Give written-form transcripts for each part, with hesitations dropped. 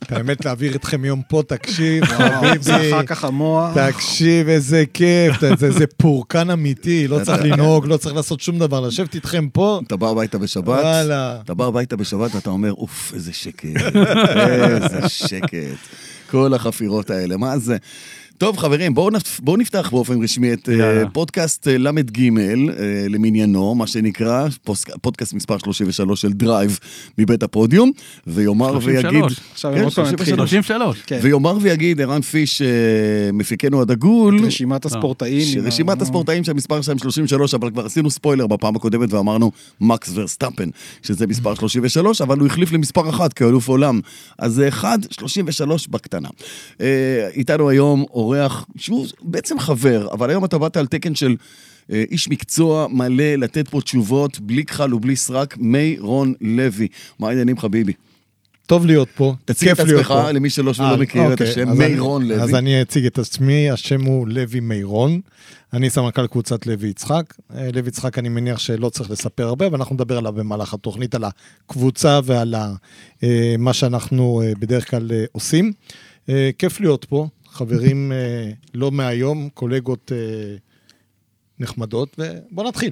האמת, להעביר אתכם יום פה, תקשיב, זה אחר כך המוח. תקשיב, איזה כיף, זה פורקן אמיתי, לא צריך לנהוג, לא צריך לעשות שום דבר, לשבת איתכם פה. אתה בא הביתה בשבת, ואתה אומר, אוף, איזה שקט, איזה שקט. כל החפירות האלה, מה זה? טוב חברים, בואו נפתח באופן רשמי את פודקאסט למד ג' למניינו, מה שנקרא, פודקאסט מספר 33 של דרייב מבית הפודיום, ויאמר ויגיד... 33. ויאמר ויגיד, ערן פיש, מפיקנו הדגול... רשימת הספורטאים. רשימת הספורטאים שהמספר שלהם 33, אבל כבר עשינו ספוילר בפעם הקודמת ואמרנו מקס ורסטאפן, שזה מספר 33, אבל הוא החליף למספר 1 כאלוף עולם. אז זה 1.33 בקטנה. איתנו היום אורח, שהוא בעצם חבר, אבל היום אתה באת על תקן של איש מקצוע מלא, לתת פה תשובות, בלי כחל ובלי סרק, מיירון לוי. מה העניינים חביבי? טוב להיות פה, תציג את עצמך, למי שלא מכיר את השם, מיירון לוי. אז אני אציג את עצמי, השם הוא לוי מיירון, אני סמנכ"ל קבוצת לוי יצחק. לוי יצחק אני מניח שלא צריך לספר הרבה, ואנחנו נדבר עליו במהלך התוכנית, על הקבוצה ועל מה שאנחנו בדרך כלל עושים. כיף להיות פה. חברים לא מהיום, קולגות נחמדות, ובוא נתחיל.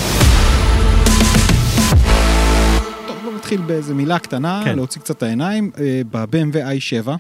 טוב, בוא נתחיל באיזה מילה קטנה, להוציא קצת העיניים, ב-BMW i7.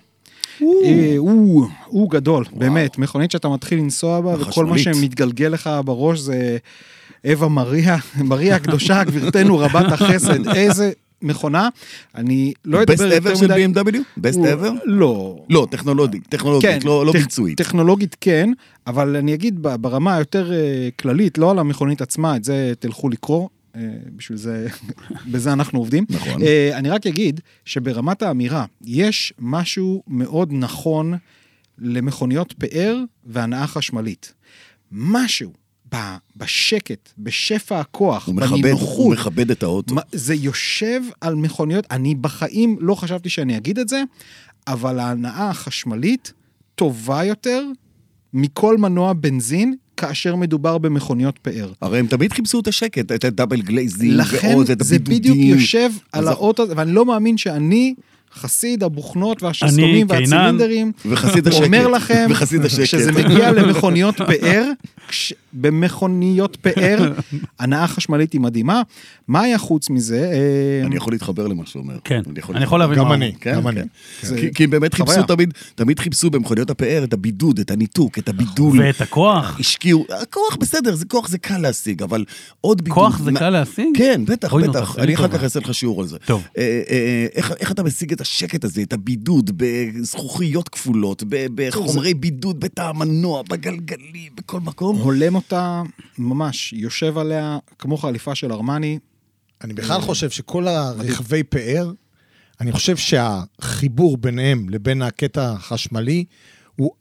הוא גדול, באמת, מכונית שאתה מתחיל לנסוע בה, וכל מה שמתגלגל לך בראש זה אווה מריה הקדושה, גבירתנו רבת החסד, איזה... מכונה, אני לא אדבר יותר מדי... בסט אבר של BMW? בסט אבר? לא. לא, טכנולוגית, לא ביצועית. טכנולוגית כן, אבל אני אגיד ברמה היותר כללית, לא על המכונית עצמה, את זה תלכו לקרוא, בשביל זה, בזה אנחנו עובדים. נכון. אני רק אגיד שברמת האמירה, יש משהו מאוד נכון למכוניות פאר והנאה חשמלית. משהו. בשקט, בשפע הכוח, בנינוחות. הוא מכבד את האוטו. זה יושב על מכוניות, אני בחיים לא חשבתי שאני אגיד את זה, אבל ההנאה החשמלית טובה יותר מכל מנוע בנזין, כאשר מדובר במכוניות פאר. הרי הם תמיד חיפשו את השקט, את הדאבל גלייזינג, לכן זה בדיוק יושב על האוטו, ואני לא מאמין שאני... חסיד הבוכנות והשסתומים והצילינדרים, אומר לכם שזה מגיע למכוניות פאר, במכוניות פאר, הנאה חשמלית היא מדהימה. מה היה חוץ מזה? אני יכול להתחבר למה שאומר. כן, אני יכול להבין. גם אני. כי הם באמת חיפשו, תמיד חיפשו במכוניות הפאר את הבידוד, את הניתוק, את הבידול. ואת הכוח. השקיעו, הכוח בסדר, כוח זה קל להשיג, אבל עוד בידוד. כוח זה קל להשיג? כן, בטח. אני אחר כך אעשה לך שיעור על זה. טוב. איך אתה משיג את השקט הזה, את הבידוד, בזכוכיות כפולות, בחומרי בידוד, בתא המנוע, בגלגלים, בכל מקום. הולם אותה ממש, יושב עליה כמו חליפה של ארמני. אני בכלל חושב שכל הרכבי פאר, אני חושב שהחיבור ביניהם לבין הקטע החשמלי, הוא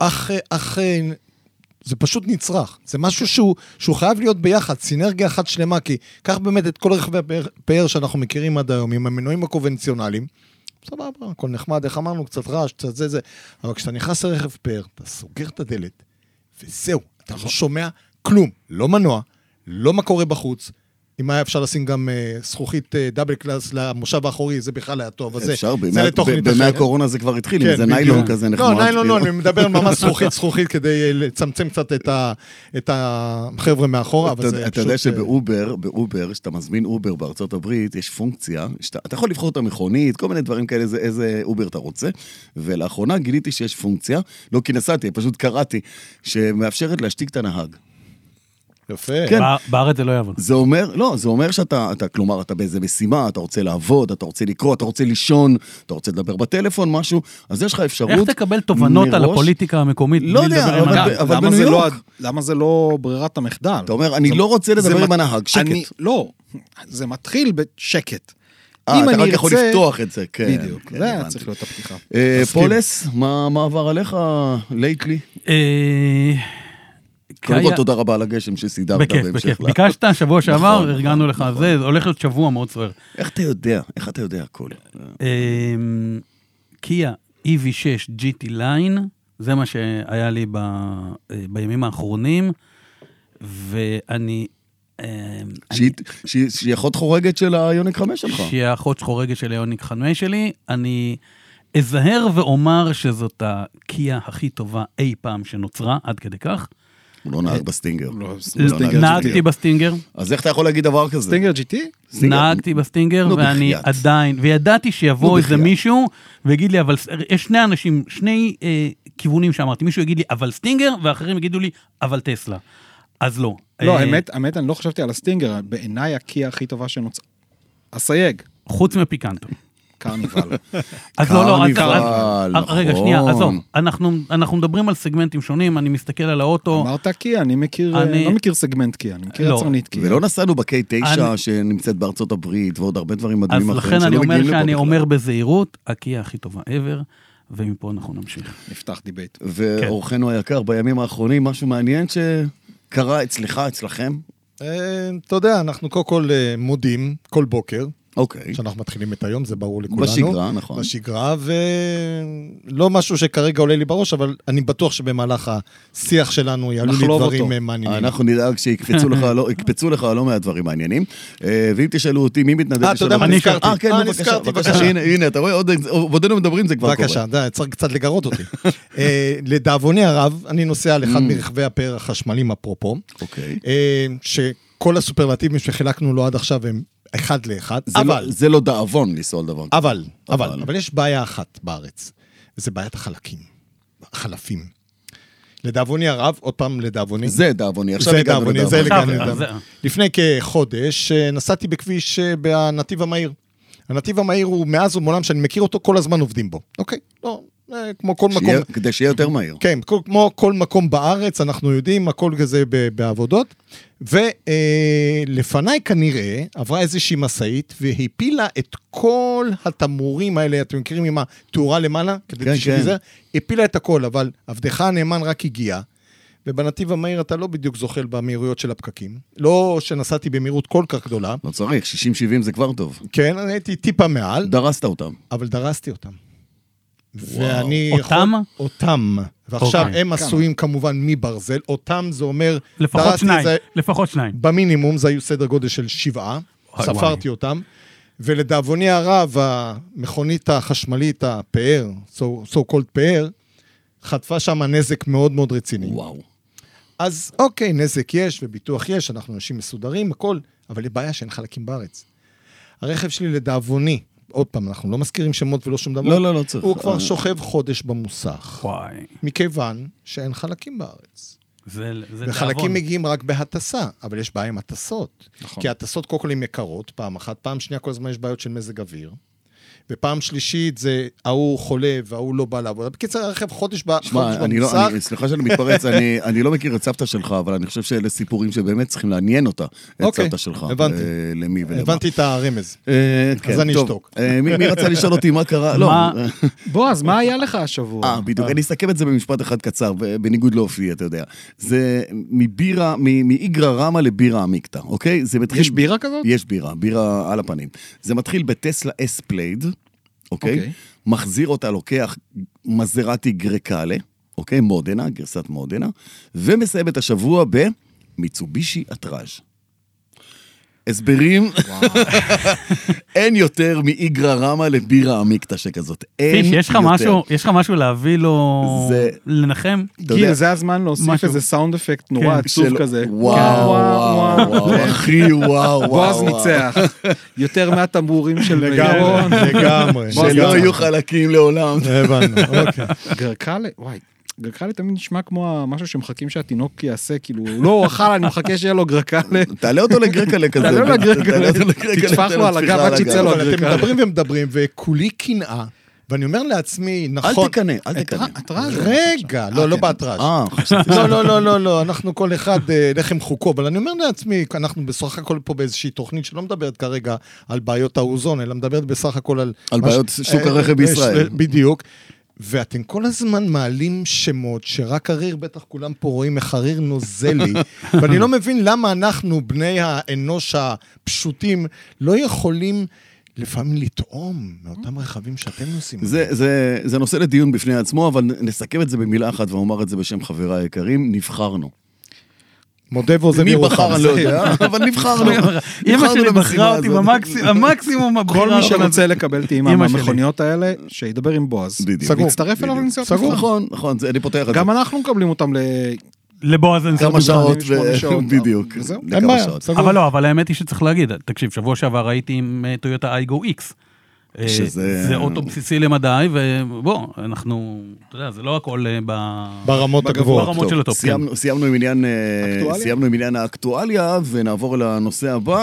זה פשוט נצרך. זה משהו שהוא חייב להיות ביחד, סינרגיה אחת שלמה, כי כך באמת את כל רכבי פאר שאנחנו מכירים עד היום, עם המנועים הקונבנציונליים, סבבה, הכל נחמד, איך אמרנו, קצת רעש, קצת זה, אבל כשאתה נכנס לרכב פאר, אתה סוגר את הדלת, וזהו, אתה לא שומע כלום, לא מנוע, לא מה קורה בחוץ, אם היה אפשר לשים גם זכוכית דאבל קלאס למושב האחורי, זה בכלל היה טוב, אפשר, בימי הקורונה זה כבר התחיל, זה ניילון כזה נחמד. לא, ניילון לא, אני מדבר על ממש זכוכית כדי לצמצם קצת את החבר'ה מאחורה, אתה יודע שבאובר, שאתה מזמין אובר בארצות הברית, יש פונקציה, אתה יכול לבחור את המכונית, כל מיני דברים כאלה, איזה אובר אתה רוצה, ולאחרונה גיליתי שיש פונקציה, לא כי נסעתי, פשוט קראתי, שמאפשרת להשתיק את הנהג. יפה. כן. בארץ זה לא יעבוד. זה אומר שאתה, כלומר, אתה באיזה משימה, אתה רוצה לעבוד, אתה רוצה לקרוא, אתה רוצה לישון, אתה רוצה לדבר בטלפון, משהו, אז יש לך אפשרות... איך תקבל תובנות על הפוליטיקה המקומית? לא יודע, אבל בניו יורק... למה זה לא ברירת המחדל? אתה אומר, אני לא רוצה לדבר עם הנהג, שקט. לא, זה מתחיל בשקט. אתה רק יכול לפתוח את זה, כן. בדיוק, זה צריך להיות הפתיחה. פולס, מה עבר עליך לייטלי? קודם כל תודה רבה על הגשם שסידרת בהמשך. ביקשת שבוע שעבר, ארגנו לך, זה הולך להיות שבוע מאוד סוער. איך אתה יודע הכל? קיה EV6 GT Line, זה מה שהיה לי בימים האחרונים, ואני... שהיא אחות חורגת של היוניק 5 שלך. שהיא אחות חורגת של היוניק 5 שלי, אני אזהר ואומר שזאת הקיה הכי טובה אי פעם שנוצרה, עד כדי כך. הוא לא נהג בסטינגר. נהגתי בסטינגר. אז איך אתה יכול להגיד דבר כזה? סטינגר GT? נהגתי בסטינגר, ואני עדיין, וידעתי שיבוא איזה מישהו, ויגיד לי, אבל יש שני אנשים, שני כיוונים שאמרתי, מישהו יגיד לי, אבל סטינגר, ואחרים יגידו לי, אבל טסלה. אז לא. לא, האמת, אני לא חשבתי על הסטינגר, בעיניי הקיה הכי טובה שנוצרה. הסייג. חוץ מפיקנטו. קרניבל. אז לא, רגע, שנייה, עזוב, אנחנו מדברים על סגמנטים שונים, אני מסתכל על האוטו. אמרת קיה, אני לא מכיר סגמנט קיה, אני מכיר יצרנית קיה. ולא נסענו ב-K9 שנמצאת בארצות הברית, ועוד הרבה דברים מדהימים אחרים. אז לכן אני אומר שאני אומר בזהירות, הקיה הכי טובה ever, ומפה אנחנו נמשיך. נפתח דיבייט. ואורחנו היקר, בימים האחרונים, משהו מעניין שקרה אצלך, אצלכם? אתה יודע, אנחנו קודם כל מודים כל בוקר. אוקיי. שאנחנו מתחילים את היום, זה ברור לכולנו. בשגרה, נכון. בשגרה, ולא משהו שכרגע עולה לי בראש, אבל אני בטוח שבמהלך השיח שלנו יעלו לי דברים מעניינים. אנחנו נדאג שיקפצו לך לא מהדברים מעניינים. ואם תשאלו אותי, מי מתנדב? אתה יודע מה נזכרתי? כן, בבקשה. הנה, אתה רואה, עודנו מדברים, זה כבר קורה. בבקשה, צריך קצת לגרות אותי. לדאבוני הרב, אני נוסע על אחד מרכבי הפאר החשמליים אפרופו, שכל הסופרלטיבים שחילקנו לו עד עכשיו הם אחד לאחד, אבל... זה לא דאבון לנסוע על דבר. אבל יש בעיה אחת בארץ, וזה בעיית החלקים, החלפים. לדאבוני הרב, עוד פעם לדאבוני. זה דאבוני, עכשיו הגענו לדאבוני. לפני כחודש נסעתי בכביש בנתיב המהיר. הנתיב המהיר הוא מאז ומעולם שאני מכיר אותו, כל הזמן עובדים בו. אוקיי? לא, כמו כל מקום. כדי שיהיה יותר מהיר. כן, כמו כל מקום בארץ, אנחנו יודעים, הכל כזה בעבודות. ולפניי כנראה עברה איזושהי מסעית, והפילה את כל התמרורים האלה, אתם מכירים עם התאורה למעלה? כן, כן. הפילה את הכל, אבל עבדך הנאמן רק הגיע, ובנתיב המהיר אתה לא בדיוק זוכל במהירויות של הפקקים. לא שנסעתי במהירות כל כך גדולה. לא צריך, 60-70 זה כבר טוב. כן, אני הייתי טיפה מעל. דרסת אותם. אבל דרסתי אותם. ואני אותם? אותם. ועכשיו הם עשויים כמובן מברזל. אותם זה אומר... לפחות שניים. במינימום זה היו סדר גודל של 7. ספרתי אותם. ולדאבוני הרב, המכונית החשמלית, הפאר, so called פאר, חטפה שם נזק מאוד מאוד רציני. וואו. אז אוקיי, נזק יש וביטוח יש, אנחנו אנשים מסודרים, הכל, אבל היא בעיה שאין חלקים בארץ. הרכב שלי לדאבוני, עוד פעם, אנחנו לא מזכירים שמות ולא שום דבר. לא צריך. הוא כבר שוכב חודש במוסך. וואי. מכיוון שאין חלקים בארץ. זה וחלקים מגיעים רק בהטסה, אבל יש בעיה עם הטסות. נכון. כי הטסות כל כך יקרות, פעם אחת, פעם שנייה כל הזמן יש בעיות של מזג אוויר. ופעם שלישית זה, ההוא חולה וההוא לא בא לעבודה. בקיצר, הרכב חודש במוסך. סליחה שאני מתפרץ, אני לא מכיר את סבתא שלך, אבל אני חושב שאלה סיפורים שבאמת צריכים לעניין אותה, את סבתא שלך. הבנתי. למי ולמה. הבנתי את הרמז. אז אני אשתוק. מי רצה לשאול אותי מה קרה? לא. בועז, מה היה לך השבוע? בדיוק, אני אסכם את זה במשפט אחד קצר, בניגוד לאופי, אתה יודע. זה מאיגרא רמא לבירה עמיקתא, אוקיי? יש בירה כזאת? יש בירה על הפנים. זה מתחיל בטסלה אס-פלייד, אוקיי? מחזיר אותה, לוקח מזרטי גרקאלה, אוקיי? מודנה, גרסת מודנה, ומסיים את השבוע במיצובישי אטראז'. הסברים, אין יותר מאיגרא רמא לבירה עמיקתא שכזאת. פיש, יש לך משהו להביא לו לנחם? גיל, זה הזמן להוסיף איזה סאונד אפקט נורא עצוב כזה. וואו, אחי, וואו. בועז ניצח. יותר מהתמרורים של לגמרי. שלא יהיו חלקים לעולם. הבנו, אוקיי. גרקאלה, וואי. גרקאלה תמיד נשמע כמו משהו שמחכים שהתינוק יעשה, כאילו, הוא לא אכל, אני מחכה שיהיה לו גרקאלה. תעלה אותו לגרקלה כזה. תעלה לו לגרקלה. תטפח לו על הגב עד שיצא לו הגרקלה. אתם מדברים ומדברים, וכולי קנאה, ואני אומר לעצמי, נכון... אל תקנה, אל תקנה. רגע, לא באטראז'. לא, אנחנו כל אחד לחם חוקו, אבל אני אומר לעצמי, אנחנו בסך הכל פה באיזושהי תוכנית שלא מדברת כרגע על בעיות האוזון, אלא מדברת בסך הכל על בעיות שוק הרכב בישראל. בדיוק. ואתם כל הזמן מעלים שמות שרק הריר, בטח כולם פה רואים מחריר נוזלי, ואני לא מבין למה אנחנו, בני האנוש הפשוטים, לא יכולים לפעמים לטעום מאותם רכבים שאתם נוסעים. זה נושא לדיון בפני עצמו, אבל נסכם את זה במילה אחת ואומר את זה בשם חבריי היקרים, נבחרנו. מודה ועוזב מי ירוחם. בחר, אני לא יודע, אבל נבחרנו. אמא שלי בחרה אותי במקסימום. כל מי שרוצה לקבל טעימה מהמכוניות האלה, שידבר עם בועז. ויצטרף אליו לנסיעות. נכון, אני פותח את זה. גם אנחנו מקבלים אותם לבועז כמה שעות, בדיוק. אין בעיה, אבל לא, אבל האמת היא שצריך להגיד, תקשיב, שבוע שעבר הייתי עם טויוטה אייגו איקס. זה אוטו בסיסי למדי, ובוא, אנחנו, אתה יודע, זה לא הכל ברמות הגבוהות. ברמות של הטופ. סיימנו עם עניין האקטואליה, ונעבור לנושא הבא.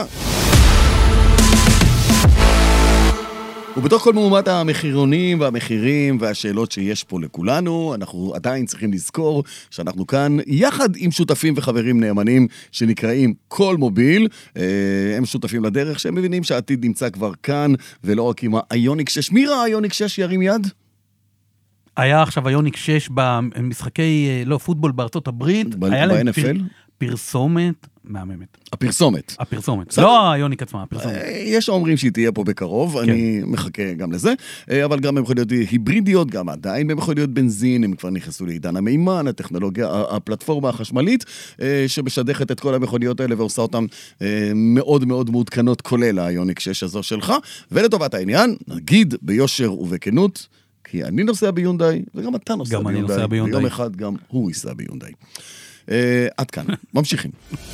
ובתוך כל מהומת המחירונים והמחירים והשאלות שיש פה לכולנו, אנחנו עדיין צריכים לזכור שאנחנו כאן יחד עם שותפים וחברים נאמנים שנקראים כל מוביל. הם שותפים לדרך שהם מבינים שהעתיד נמצא כבר כאן, ולא רק עם האיוניק 6. מי ראה איוניק 6 ירים יד? היה עכשיו איוניק 6 במשחקי, פוטבול בארצות הברית. היה להם פרסומת מהממת. הפרסומת. לא האיוניק עצמה, הפרסומת. יש אומרים שהיא תהיה פה בקרוב, אני מחכה גם לזה, אבל גם במכוניות היברידיות, גם עדיין במכוניות בנזין, הם כבר נכנסו לעידן המימן, הטכנולוגיה, הפלטפורמה החשמלית, שמשדכת את כל המכוניות האלה ועושה אותן מאוד מאוד מעודכנות, כולל האיוניק 6 הזו שלך, ולטובת העניין, נגיד ביושר ובכנות, כי אני נוסע ביונדאי, וגם אתה נוסע ביונדאי, ויום אחד גם הוא ייסע ביונדאי. עד כאן, ממשיכים.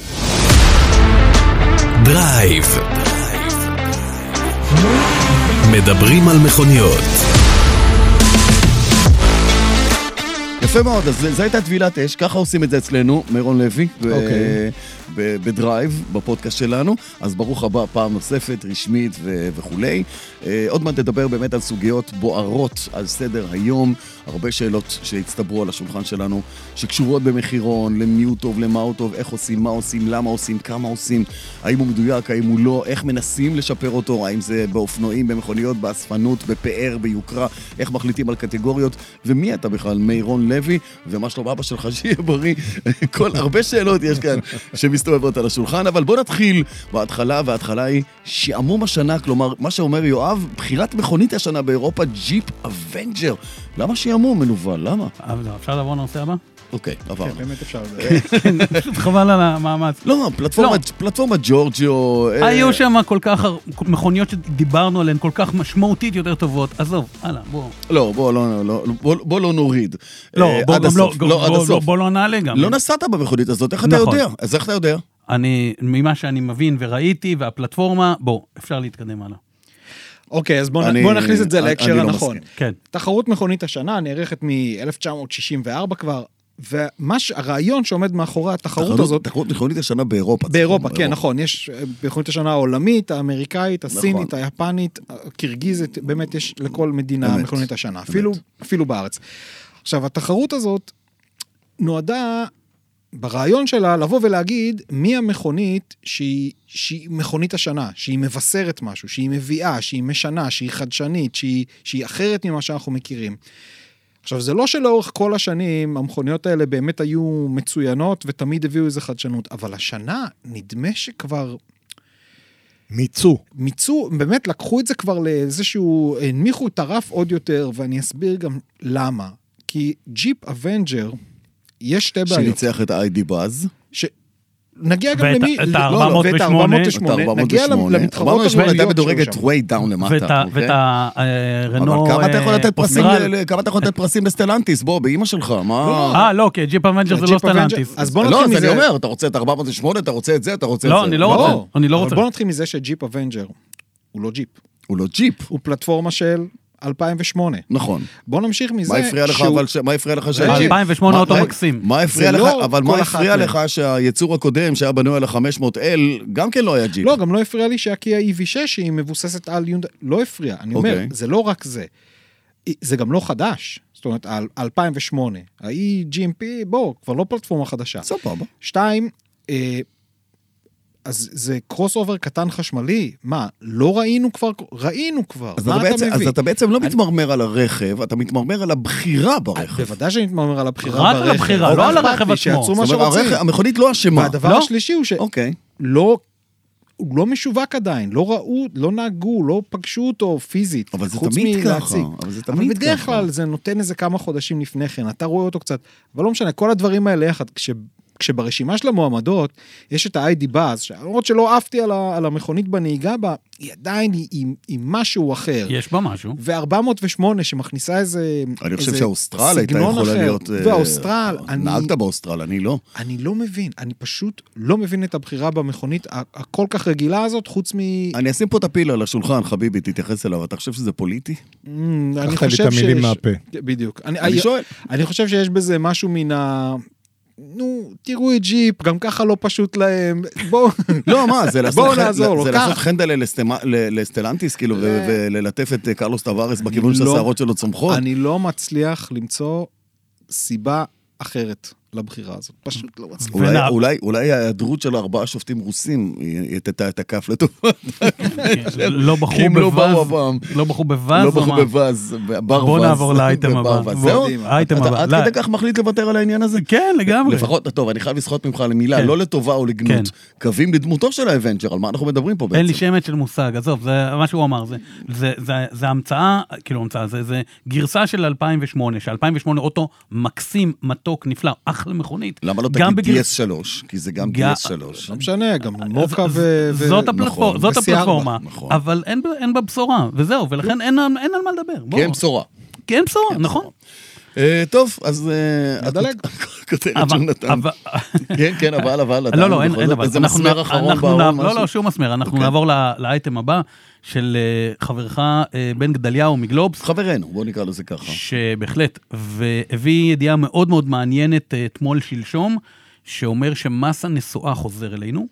דרייב. מדברים על מכוניות. יפה מאוד, אז זו הייתה טבילת אש, ככה עושים את זה אצלנו, מירון לוי, בדרייב, בפודקאסט שלנו, אז ברוך הבא פעם נוספת, רשמית וכולי. עוד מעט נדבר באמת על סוגיות בוערות על סדר היום, הרבה שאלות שהצטברו על השולחן שלנו, שקשורות במחירון, למי הוא טוב, למה הוא טוב, איך עושים, מה עושים, למה עושים, כמה עושים, האם הוא מדויק, האם הוא לא, איך מנסים לשפר אותו, האם זה באופנועים, במכוניות, באספנות, בפאר, ביוקרה, איך מחליטים על קטגוריות, ומי אתה בכלל, מירון לוי, ומה שלום אבא שלך שיהיה בריא, הרבה שאלות יש כאן שמסתובבות על השולחן, אבל בוא נתחיל בהתחלה, וההתחלה היא שעמום השנה, כלומר, מה שאומר יואב, בחירת מכונית השנה באירופה, ג'יפ אבנג'ר. למה שעמום מנובל? למה? אפשר לעבור לנושא הבא? אוקיי, עברנו. כן, באמת אפשר. פשוט חבל על המאמץ. לא, פלטפורמה ג'ורג'יו. היו שם כל כך מכוניות שדיברנו עליהן, כל כך משמעותית יותר טובות. עזוב, הלאה, בוא. לא, בוא לא נוריד. לא, בוא לא נעלה גם. לא נסעת במכונית הזאת, איך אתה יודע? אז איך אתה יודע? ממה שאני מבין וראיתי, והפלטפורמה, בוא, אפשר להתקדם הלאה. אוקיי, אז בוא נכניס את זה להקשר הנכון. כן. תחרות מכונית השנה נערכת מ-1964 כבר, והרעיון שעומד מאחורי התחרות הזאת... תחרות מכונית השנה באירופה. באירופה, כן, נכון. יש מכונית השנה העולמית, האמריקאית, הסינית, היפנית, הקירגיזית, באמת יש לכל מדינה מכונית השנה, אפילו בארץ. עכשיו, התחרות הזאת נועדה ברעיון שלה לבוא ולהגיד מי המכונית שהיא מכונית השנה, שהיא מבשרת משהו, שהיא מביאה, שהיא משנה, שהיא חדשנית, שהיא אחרת ממה שאנחנו מכירים. עכשיו, זה לא שלאורך כל השנים המכוניות האלה באמת היו מצוינות ותמיד הביאו איזה חדשנות, אבל השנה נדמה שכבר... מיצו, באמת לקחו את זה כבר לאיזשהו, הנמיכו את הרף עוד יותר, ואני אסביר גם למה. כי ג'יפ אבנג'ר, יש שתי בעיות. שניצח את ה-ID באז. נגיע גם למי... ואת ה-408. נגיע למתחרות הגדולות הייתה מדורגת way down למטה. ואת הרנו... אבל כמה אתה יכול לתת פרסים לסטלנטיס? בוא, באמא שלך, מה... לא, כי ג'יפ אבנג'ר זה לא סטלנטיס. אז בוא נתחיל מזה... לא, אני אומר, אתה רוצה את 408, אתה רוצה את זה, אתה רוצה את זה. לא, אני לא רוצה. בוא נתחיל מזה שג'יפ אבנג'ר הוא לא ג'יפ. הוא לא ג'יפ. הוא פלטפורמה של 2008. נכון. בוא נמשיך מזה. מה הפריע לך 2008 אוטו מקסים. מה הפריע לך שהייצור הקודם שהיה בנוי על ה-500L גם כן לא היה ג'יפ? לא, גם לא הפריע לי שהקיה EV6 שהיא מבוססת על יונדאי, לא הפריע. אני אומר, זה לא רק זה. זה גם לא חדש. זאת אומרת, 2008. ה-GMP, בוא, כבר לא פלטפורמה חדשה. סבבה. 2, אז זה קרוס אובר קטן חשמלי, מה, לא ראינו כבר? ראינו כבר, מה אתה מביא? אז אתה בעצם לא מתמרמר על הרכב, אתה מתמרמר על הבחירה ברכב. בוודאי שאני מתמרמר על הבחירה ברכב. רק על הבחירה, לא על הרכב עצמו. זאת אומרת, המכונית לא אשמה. והדבר השלישי הוא שהוא לא משווק עדיין, לא ראו, לא נהגו, לא פגשו אותו פיזית. אבל זה תמיד ככה. אבל בדרך כלל זה נותן איזה כמה חודשים לפני כן, אתה רואה אותו קצת, אבל לא משנה, כל הדברים האלה יחד, כשברשימה של המועמדות, יש את ה-ID Buzz, למרות שלא אהבתי על המכונית בנהיגה בה, היא עדיין היא משהו אחר. יש בה משהו. ו-408 שמכניסה איזה אני חושב שהאוסטרל הייתה יכולה להיות... והאוסטרל... נהגת באוסטרל, אני לא. אני לא מבין, אני פשוט לא מבין את הבחירה במכונית הכל כך רגילה הזאת, חוץ מ... אני אשים פה את הפיל על השולחן, חביבי, תתייחס אליו. אתה חושב שזה פוליטי? אני חושב לי את המילים מהפה. בדיוק. אני שואל. אני חושב שיש בזה משהו מן ה... נו, תראו את ג'יפ, גם ככה לא פשוט להם, בואו... לא, מה, זה לעשות חנדל לסטלנטיס, כאילו, וללטף את קרלוס טווארס בכיוון של השערות שלו צומחות. אני לא מצליח למצוא סיבה אחרת לבחירה הזאת. פשוט לא מצליח. אולי ההיעדרות של 4 שופטים רוסים יתתה את הכף לטובת. לא בחרו בבאז. לא בחרו בבאז. בוא נעבור לאייטם הבא. זהו? עד כדי כך מחליט לוותר על העניין הזה? כן, לגמרי. לפחות, טוב, אני חייב לזכות ממך למילה, לא לטובה או לגנות. קווים לדמותו של האבנג'ר, על מה אנחנו מדברים פה בעצם? אין לי שמץ של מושג, עזוב, זה מה שהוא אמר. זה המצאה, כאילו המצאה, זה גרסה של 2008, ש2008 אוטו מקסים, מתוק, נפלא, אחלה מכונית. למה לא תגיד DS3? כי זה גם DS3. לא משנה, גם מוקה זאת הפלטפורמה, אבל אין בה בשורה, וזהו, ולכן אין על מה לדבר. כן בשורה. כן בשורה, נכון. טוב, אז... נדלג. כותרת שנתן. כן, אבל... לא, אין דבר. זה מסמר אחרון בעולם. לא, שום מסמר. אנחנו נעבור לאייטם הבא של חברך בן גדליהו מגלובס. חברנו, בוא נקרא לזה ככה. שבהחלט, והביא ידיעה מאוד מאוד מעניינת אתמול שלשום, שאומר שמס הנסועה חוזר אלינו.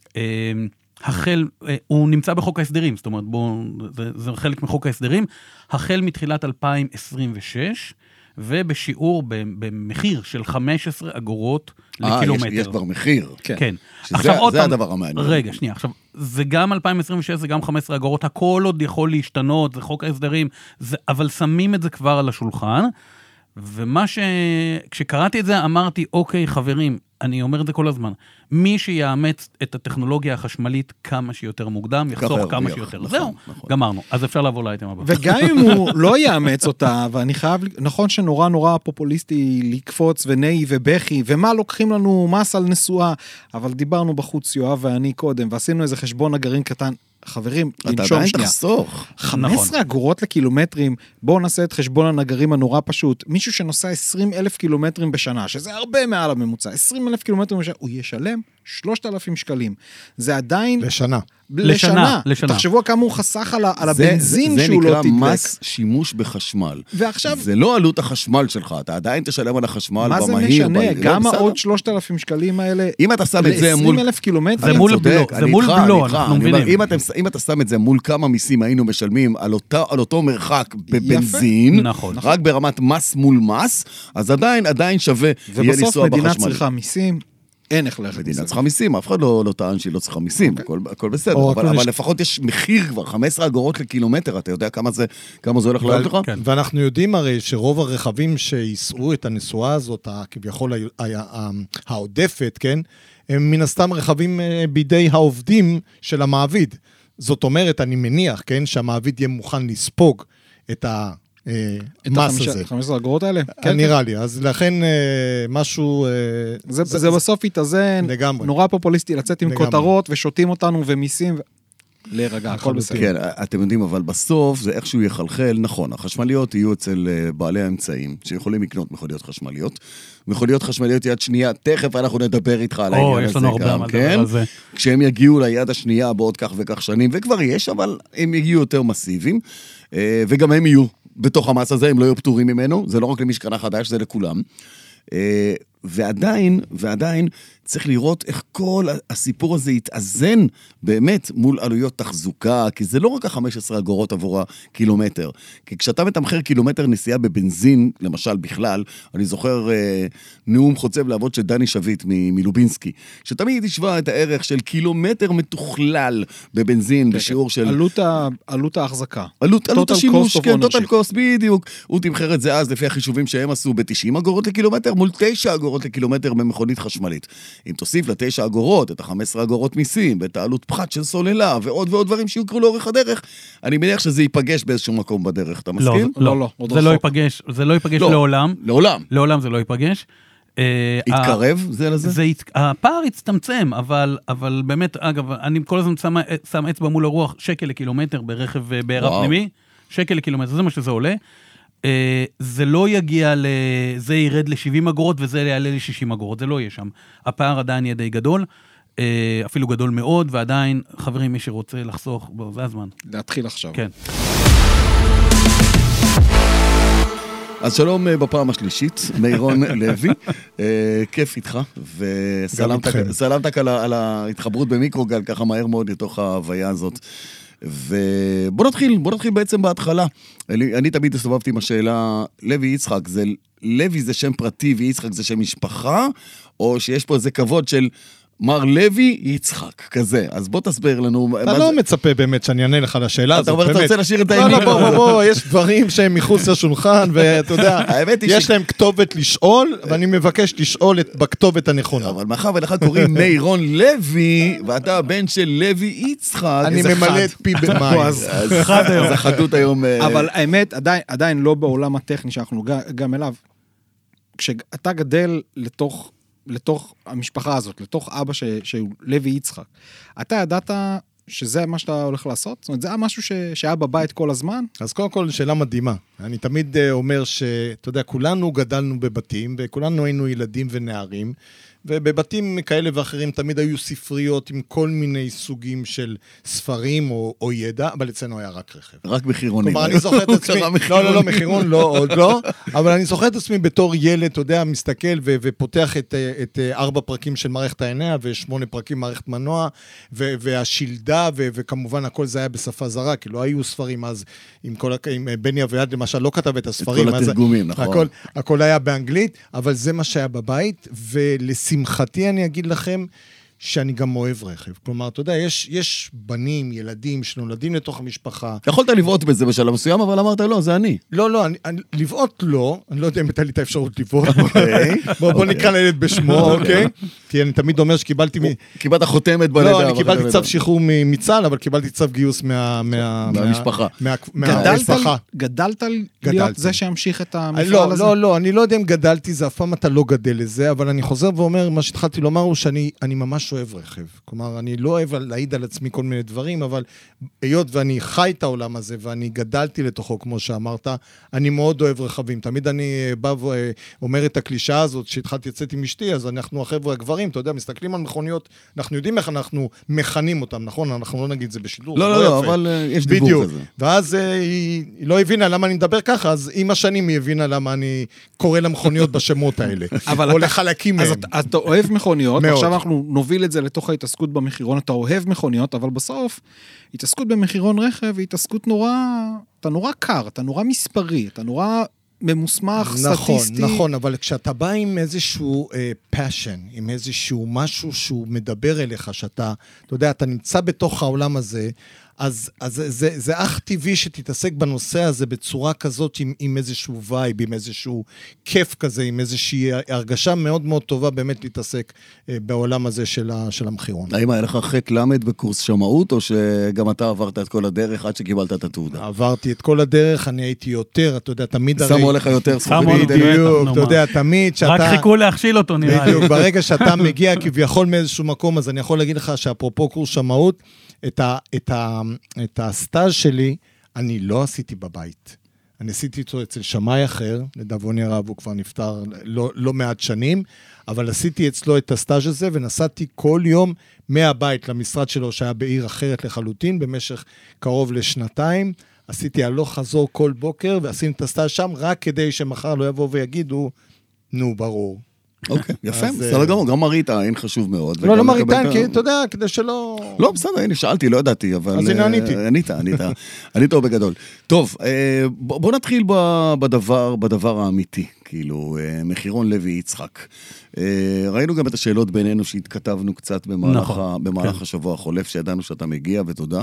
הוא נמצא בחוק ההסדרים, זאת אומרת, זה חלק מחוק ההסדרים, החל מתחילת 2026, ובשיעור במחיר של 15 אגורות לקילומטר. יש כבר מחיר. כן. זה הדבר המעניין. רגע, שנייה, עכשיו, זה גם 2026, זה גם 15 אגורות, הכל עוד יכול להשתנות, זה חוק ההסדרים, אבל שמים את זה כבר על השולחן, כשקראתי את זה אמרתי, אוקיי חברים, אני אומר את זה כל הזמן, מי שיאמץ את הטכנולוגיה החשמלית כמה שיותר מוקדם, יחסוך כמה שיותר. זהו, גמרנו. אז אפשר לעבור לאייטם הבא. וגם אם הוא לא יאמץ אותה, ואני חייב, נכון שנורא נורא פופוליסטי לקפוץ ונאי ובכי, ומה לוקחים לנו מס על נשואה, אבל דיברנו בחוץ יואב ואני קודם, ועשינו איזה חשבון הגרעין קטן, חברים, לנשום שנייה. 15 אגורות לקילומטרים, בואו נעשה את חשבון הנגרים הנורא פשוט, מישהו שנוסע 20,000 קילומטרים בשנה, שזה הרבה מעל הממוצע, 20,000 קילומטרים בשנה, הוא ישלם 3,000 שקלים. זה עדיין... לשנה. תחשבו כמה הוא חסך על הבנזין שהוא לא תדלק. זה נקרא מס שימוש בחשמל. ועכשיו... זה לא עלות החשמל שלך, אתה עדיין תשלם על החשמל במהיר. מה זה משנה? גם העוד 3,000 שקלים האלה... אם אתה שם את זה מול... ל-20,000 קילומטר... זה מול בלו, אנחנו מבינים. אם אתה שם את זה מול כמה מיסים היינו משלמים על אותו מרחק בבנזין, רק ברמת מס מול מס, אז עדיין שווה יהיה לנסוע בחשמל. ובסוף מדינה צריכה מיסים, אין איך ללכת. מדינה צריכה מיסים, אף אחד לא טען שהיא לא צריכה מיסים, הכל בסדר, אבל לפחות יש מחיר כבר, 15 אגורות לקילומטר, אתה יודע כמה זה הולך לעלות לך? ואנחנו יודעים הרי שרוב הרכבים שיסעו את הנסועה הזאת, כביכול העודפת, כן, הם מן הסתם רכבים בידי העובדים של המעביד. זאת אומרת, אני מניח, כן, שהמעביד יהיה מוכן לספוג את המס הזה. 15 אגורות האלה? נראה לי, אז לכן משהו... זה בסוף יתאזן, נורא פופוליסטי לצאת עם כותרות ושותים אותנו ומיסים, להירגע, הכל בסדר. כן, אתם יודעים, אבל בסוף זה איכשהו יחלחל, נכון, החשמליות יהיו אצל בעלי האמצעים, שיכולים לקנות מכוניות חשמליות, מכוניות חשמליות יד שנייה, תכף אנחנו נדבר איתך על העניין הזה גם, כן? כשהם יגיעו ליד השנייה בעוד כך וכך שנים, וכבר יש, אבל הם יגיעו יותר מסיביים, וגם הם יהיו בתוך המס הזה, הם לא יהיו פטורים ממנו, זה לא רק למי שקנה חדש, זה לכולם. ועדיין צריך לראות איך כל הסיפור הזה יתאזן באמת מול עלויות תחזוקה, כי זה לא רק ה-15 אגורות עבור הקילומטר, כי כשאתה מתמחר קילומטר נסיעה בבנזין, למשל בכלל, אני זוכר נאום חוצב לעבוד של דני שביט מלובינסקי, שתמיד השווה את הערך של קילומטר מתוכלל בבנזין בשיעור של... עלות ההחזקה. עלות השימוש, כן, טוטל קוסט, בדיוק. הוא תמחר את זה אז לפי החישובים שהם עשו ב-90 אגורות לקילומטר, מול 9 אגורות לקילומטר במכונית חשמלית. אם תוסיף ל9 אגורות, את ה15 אגורות מיסים, ואת העלות פחת של סוללה, ועוד ועוד דברים שיוקרו לאורך הדרך, אני מניח שזה ייפגש באיזשהו מקום בדרך, אתה מסכים? לא, זה לא ייפגש לעולם. לעולם. לעולם זה לא ייפגש. התקרב זה לזה? הפער הצטמצם, אבל באמת, אגב, אני כל הזמן שם אצבע מול הרוח, שקל לקילומטר ברכב בעירה פנימי, שקל לקילומטר, זה מה שזה עולה. זה לא יגיע, זה ירד ל-70 אגורות, וזה יעלה ל-60 אגורות, זה לא יהיה שם. הפער עדיין יהיה די גדול, אפילו גדול מאוד, ועדיין, חברים, מי שרוצה לחסוך, זה הזמן. להתחיל עכשיו. כן. אז שלום בפעם השלישית, מירון לוי, כיף איתך, וסלמת על ההתחברות במיקרוגל, ככה מהר מאוד לתוך ההוויה הזאת. ובוא נתחיל בעצם בהתחלה. אני תמיד הסתובבתי עם השאלה, לוי יצחק, לוי זה שם פרטי ויצחק זה שם משפחה, או שיש פה איזה כבוד של מר לוי יצחק, כזה. אז בוא תסביר לנו. אתה לא מצפה באמת שאני אענה לך לשאלה הזאת. אתה אומר, אתה רוצה להשאיר את העניין. בוא, יש דברים שהם מחוץ לשולחן, ואתה יודע, יש להם כתובת לשאול, ואני מבקש לשאול בכתובת הנכונה. אבל מאחר ולך קוראים מירון לוי, ואתה הבן של לוי יצחק. אני ממלא את פי במים. אז החדות היום. אבל האמת, עדיין לא בעולם הטכני שאנחנו גם אליו. כשאתה גדל לתוך המשפחה הזאת, לתוך אבא שהוא לוי יצחק. אתה ידעת שזה מה שאתה הולך לעשות? זאת אומרת, זה היה משהו שהיה בבית כל הזמן? אז קודם כל, שאלה מדהימה. אני תמיד אומר שאתה יודע, כולנו גדלנו בבתים, וכולנו היינו ילדים ונערים, ובבתים כאלה ואחרים תמיד היו ספריות עם כל מיני סוגים של ספרים או ידע, אבל אצלנו היה רק רכב. רק מחירונים. כלומר, אני זוכר את עצמי, לא, מחירון לא, עוד לא, אבל אני זוכר את עצמי בתור ילד, אתה יודע, מסתכל ופותח את 4 פרקים של מערכת העינייה, ו8 פרקים מערכת מנוע, והשילדה, וכמובן הכל זה היה בשפה זרה, כי לא היו ספרים אז, עם בני אביעד למשל לא כתב את הספרים. את כל התרגומים, נכון. הכל היה באנגלית, אבל זה מה שהיה בבית, לשמחתי אני אגיד לכם שאני גם אוהב רכב. כלומר, אתה יודע, יש בנים, ילדים שנולדים לתוך המשפחה. יכולת לבעוט בזה בשלב מסוים, אבל אמרת, לא, זה אני. לא, לבעוט לא, אני לא יודע אם הייתה לי את האפשרות לבעוט. בוא נקרא לילד בשמו, אוקיי? כי אני תמיד אומר שקיבלתי... קיבלת חותמת בלידה. לא, אני קיבלתי צו שחרור מצה"ל, אבל קיבלתי צו גיוס מהמשפחה. גדלת להיות זה שהמשיך את המפעל הזה? לא, אני לא יודע אם גדלתי, זה אף פעם אתה לא גדל לזה, אבל אני חוזר ואומר, מה שהתחלתי לומר הוא שאני ממש אוהב רכב. כלומר, אני לא אוהב להעיד על עצמי כל מיני דברים, אבל היות ואני חי את העולם הזה, ואני גדלתי לתוכו, כמו שאמרת, אני מאוד אוהב רכבים. תמיד אני בא ואומר את הקלישה הזאת, שהתחלתי לצאת עם אשתי, אז אנחנו החבר'ה הגברים, אתה יודע, מסתכלים על מכוניות, אנחנו יודעים איך אנחנו מכנים אותם, נכון? אנחנו לא נגיד זה בשידור. לא, אבל יש דיבור כזה. ואז היא לא הבינה למה אני מדבר ככה, אז עם השנים היא הבינה למה אני קורא למכוניות בשמות האלה. או לחלקים מהם. אז אתה אוהב מכוניות, עכשיו אנחנו נוביל את זה לתוך ההתעסקות במחירון, אתה אוהב מכוניות, אבל בסוף, התעסקות במחירון רכב היא התעסקות אתה נורא קר, אתה נורא מספרי, אתה נורא ממוסמך, סטטיסטי. נכון, אבל כשאתה בא עם איזשהו passion, עם איזשהו משהו שהוא מדבר אליך, שאתה, אתה יודע, אתה נמצא בתוך העולם הזה, אז זה אך טבעי שתתעסק בנושא הזה בצורה כזאת, עם איזשהו וייב, עם איזשהו כיף כזה, עם איזושהי הרגשה מאוד מאוד טובה באמת להתעסק בעולם הזה של המחירון. האם היה לך חק למד בקורס שמאות, או שגם אתה עברת את כל הדרך עד שקיבלת את התעודה? עברתי את כל הדרך, אני הייתי יותר, אתה יודע, תמיד שמו עליך יותר ספרים. בדיוק, אתה יודע, תמיד שאתה... רק חיכו להכשיל אותו נראה לי. בדיוק, ברגע שאתה מגיע כביכול מאיזשהו מקום, אז אני יכול להגיד לך שאפרופו קורס שמאות, את הסטאז' שלי, אני לא עשיתי בבית. אני עשיתי אותו אצל שמאי אחר, לדאבוני הרב, הוא כבר נפטר לא מעט שנים, אבל עשיתי אצלו את הסטאז' הזה, ונסעתי כל יום מהבית למשרד שלו, שהיה בעיר אחרת לחלוטין, במשך קרוב לשנתיים, עשיתי הלוך חזור כל בוקר, ועשיתי את הסטאז' שם, רק כדי שמחר לא יבואו ויגידו, נו, ברור. אוקיי, יפה, בסדר גמור, גם מראית עין חשוב מאוד. לא מראית עין, כי אתה יודע, כדי שלא... לא, בסדר, הנה, שאלתי, לא ידעתי, אבל... אז הנה עניתי. ענית או בגדול. טוב, בוא נתחיל בדבר האמיתי, כאילו, מחירון לוי יצחק. ראינו גם את השאלות בינינו שהתכתבנו קצת במהלך השבוע החולף, שידענו שאתה מגיע, ותודה.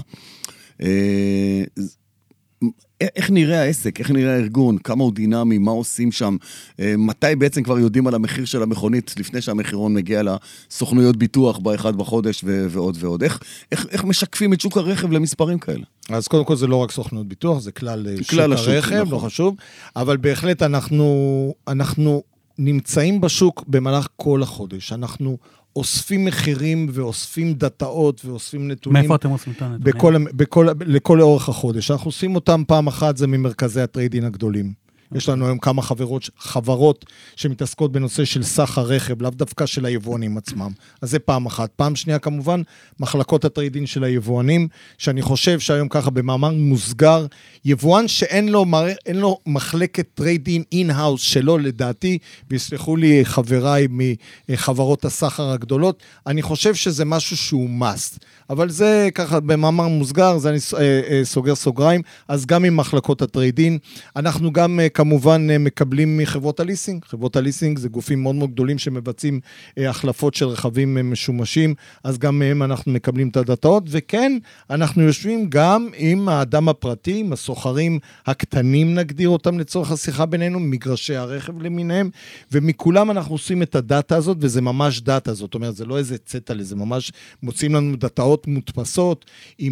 איך נראה העסק, איך נראה הארגון, כמה הוא דינמי, מה עושים שם, מתי בעצם כבר יודעים על המחיר של המכונית, לפני שהמחירון מגיע לסוכנויות ביטוח ב1 בחודש ועוד ועוד. איך משקפים את שוק הרכב למספרים כאלה? אז קודם כל זה לא רק סוכנות ביטוח, זה כלל שוק הרכב, לא חשוב, אבל בהחלט אנחנו נמצאים בשוק במהלך כל החודש. אנחנו אוספים מחירים ואוספים דאטאות ואוספים נתונים. מאיפה אתם אוספים את הנתונים? לכל אורך החודש. אנחנו עושים אותם פעם אחת, זה ממרכזי הטריידין הגדולים. יש לנו היום כמה חברות שמתעסקות בנושא של סחר רכב, לאו דווקא של היבואנים עצמם. אז זה פעם אחת. פעם שנייה כמובן, מחלקות הטריידין של היבואנים, שאני חושב שהיום ככה במאמר מוסגר, יבואן שאין לו מחלקת טריידין אין-האוס שלו לדעתי, ויסלחו לי חבריי מחברות הסחר הגדולות, אני חושב שזה משהו שהוא must. אבל זה ככה במאמר מוסגר, זה אני סוגר סוגריים, אז גם עם מחלקות הטריידין, אנחנו גם כמובן מקבלים מחברות הליסינג. חברות הליסינג זה גופים מאוד מאוד גדולים שמבצעים החלפות של רכבים משומשים, אז גם מהם אנחנו מקבלים את הדאטאות, וכן, אנחנו יושבים גם עם האדם הפרטי, עם הסוחרים הקטנים נגדיר אותם לצורך השיחה בינינו, מגרשי הרכב למיניהם, ומכולם אנחנו עושים את הדאטה הזאת, וזה ממש דאטה, זאת אומרת, זה לא איזה צטע לזה, ממש מוצאים לנו דאטאות מודפסות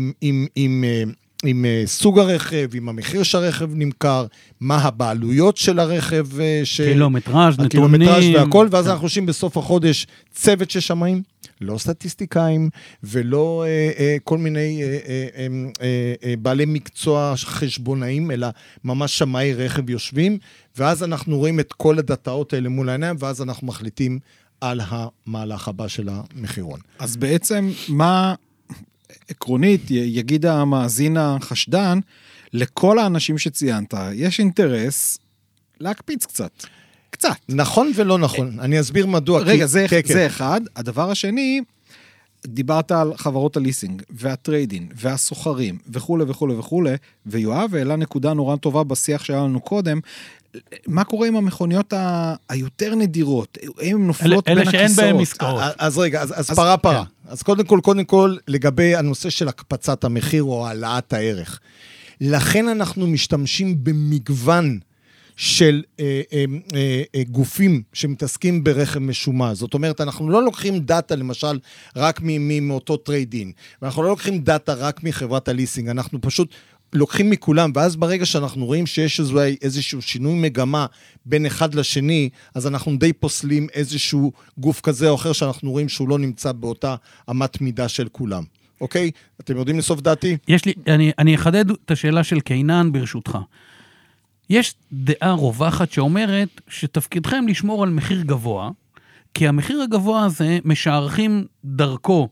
עם סוג הרכב, עם המחיר שהרכב נמכר, מה הבעלויות של הרכב, קילומטראז', נתונים, והכל, ואז אנחנו חושבים בסוף החודש צוות של שמאים, לא סטטיסטיקאים, ולא כל מיני בעלי מקצוע חשבונאים, אלא ממש שמאי רכב יושבים, ואז אנחנו רואים את כל הדאטאות האלה מול העיניים, ואז אנחנו מחליטים על המהלך הבא של המחירון. אז בעצם מה עקרונית, יגיד המאזין החשדן, לכל האנשים שציינת, יש אינטרס להקפיץ קצת. נכון ולא נכון, אני אסביר מדוע. רגע, זה אחד. הדבר השני, דיברת על חברות הליסינג, והטריידין, והסוחרים, וכו' וכו' וכו', ויואב העלה נקודה נורא טובה בשיח שהיה לנו קודם, מה קורה עם המכוניות היותר נדירות? הן נופלות בין הכיסאות? אלה שאין בהן עסקאות. אז רגע, אז פרה. אז קודם כל, לגבי הנושא של הקפצת המחיר או העלאת הערך. לכן אנחנו משתמשים במגוון של גופים שמתעסקים ברכב משומש. זאת אומרת, אנחנו לא לוקחים דאטה, למשל, רק מאותו טריידין, ואנחנו לא לוקחים דאטה רק מחברת הליסינג, אנחנו פשוט לוקחים מכולם, ואז ברגע שאנחנו רואים שיש איזשהו שינוי מגמה בין אחד לשני, אז אנחנו די פוסלים איזשהו גוף כזה או אחר, שאנחנו רואים שהוא לא נמצא באותה אמת מידה של כולם. אוקיי? אתם יודעים לסוף דעתי? אני אחדד את השאלה של קינן ברשותך. יש דעה רווחת שאומרת שתפקידכם לשמור על מחיר גבוה, כי המחיר הגבוה הזה משערכים דרכו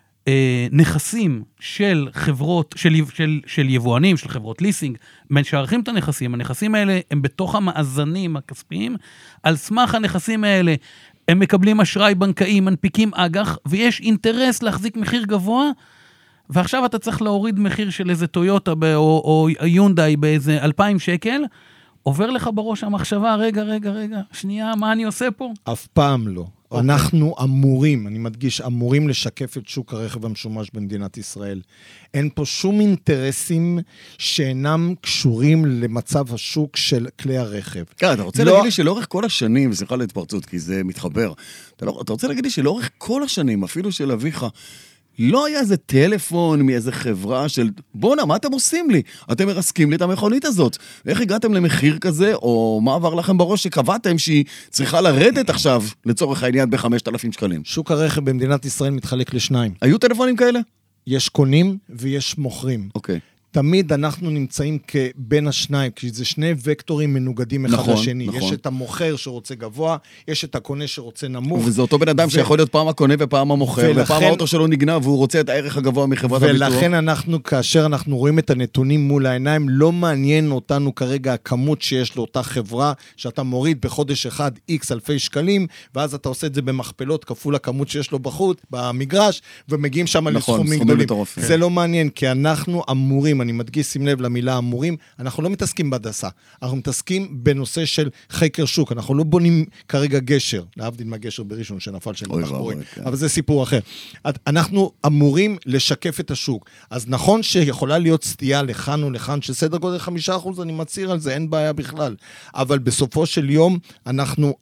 נכסים של חברות, של יבואנים, של חברות ליסינג, משערכים את הנכסים, הנכסים האלה הם בתוך המאזנים הכספיים, על סמך הנכסים האלה הם מקבלים אשראי בנקאי, מנפיקים אג"ח, ויש אינטרס להחזיק מחיר גבוה, ועכשיו אתה צריך להוריד מחיר של איזה טויוטה או יונדאי באיזה 2,000 שקל, עובר לך בראש המחשבה, רגע, שנייה, מה אני עושה פה? אף פעם לא. אנחנו אמורים, אני מדגיש, אמורים לשקף את שוק הרכב המשומש במדינת ישראל. אין פה שום אינטרסים שאינם קשורים למצב השוק של כלי הרכב. כן, אתה רוצה להגיד לי שלאורך כל השנים, וסליחה להתפרצות, כי זה מתחבר, אתה רוצה להגיד לי שלאורך כל השנים, אפילו של אביך, לא היה איזה טלפון מאיזה חברה של, בונה, מה אתם עושים לי? אתם מרסקים לי את המכונית הזאת. איך הגעתם למחיר כזה, או מה עבר לכם בראש שקבעתם שהיא צריכה לרדת עכשיו, לצורך העניין ב5,000 שקלים? שוק הרכב במדינת ישראל מתחלק לשניים. היו טלפונים כאלה? יש קונים ויש מוכרים. אוקיי. תמיד אנחנו נמצאים בין השניים, כי זה שני וקטורים מנוגדים אחד לשני. נכון. יש את המוכר שרוצה גבוה, יש את הקונה שרוצה נמוך. וזה אותו בן אדם שיכול להיות פעם הקונה ופעם המוכר, ופעם האוטו שלו נגנב, והוא רוצה את הערך הגבוה מחברת הביטוח. ולכן אנחנו, כאשר אנחנו רואים את הנתונים מול העיניים, לא מעניין אותנו כרגע הכמות שיש לאותה חברה, שאתה מוריד בחודש אחד X אלפי שקלים, ואז אתה עושה את זה במכפלות, כפול הכמות שיש לו בחוץ, במגרש, ומגיעים שם לסכומים גדולים. זה לא מעניין, כי אנחנו אמורים, אני מדגיש, שים לב למילה אמורים, אנחנו לא מתעסקים בהדסה, אנחנו מתעסקים בנושא של חקר שוק, אנחנו לא בונים כרגע גשר, להבדיל מהגשר בראשון שנפל של התחבורים, אבל זה סיפור אחר. אנחנו אמורים לשקף את השוק, אז נכון שיכולה להיות סטייה לכאן או לכאן, שסדר גודל 5%, אני מצהיר על זה, אין בעיה בכלל, אבל בסופו של יום, אנחנו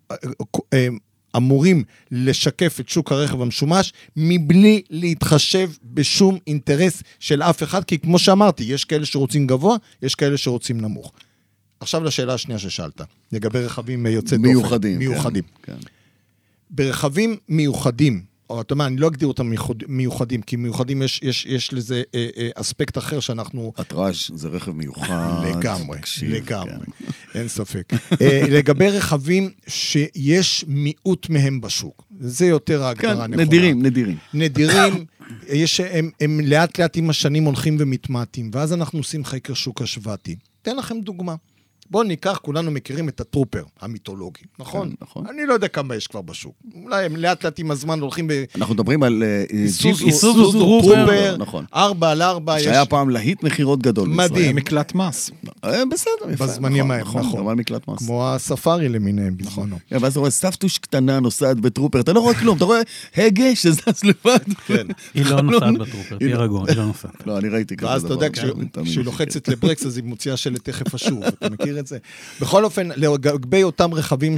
אמורים לשקף את שוק הרכב המשומש, מבלי להתחשב בשום אינטרס של אף אחד, כי כמו שאמרתי, יש כאלה שרוצים גבוה, יש כאלה שרוצים נמוך. עכשיו לשאלה השנייה ששאלת, לגבי רכבים יוצאי דופן. מיוחדים. ברכבים מיוחדים, או אתה אומר, אני לא אגדיר אותם מיוחדים, כי מיוחדים יש לזה אספקט אחר שאנחנו... הטראז' זה רכב מיוחד. לגמרי, אין ספק. לגבי רכבים שיש מיעוט מהם בשוק, זה יותר ההגדרה נכונה. נדירים, הם לאט לאט עם השנים הולכים ומתמעטים, ואז אנחנו עושים חקר שוק השוואתי. אתן לכם דוגמה. בואו ניקח, כולנו מכירים את הטרופר המיתולוגי, נכון? נכון. אני לא יודע כמה יש כבר בשוק. אולי הם לאט לאט עם הזמן הולכים אנחנו מדברים על איסוזו טרופר, 4x4. שהיה פעם להיט מחירות גדול. מדהים. מקלט מס. בסדר, יפה. בזמנים ההם, נכון. כמו הספארי למיניהם בזמנו. ואז אתה רואה סבתוש קטנה נוסעת בטרופר, אתה לא רואה כלום, אתה רואה הגה שזז לבד. היא לא נוסעת בטרופר, תהיה רגוע, היא לא נוסעת. לא, אני ראיתי כזה דבר. ואז אתה יודע, כשהיא לוחצת לברקס, אז היא מוציאה שלט תכף אשוב, אתה מכיר את זה? בכל אופן, לגבי אותם רכבים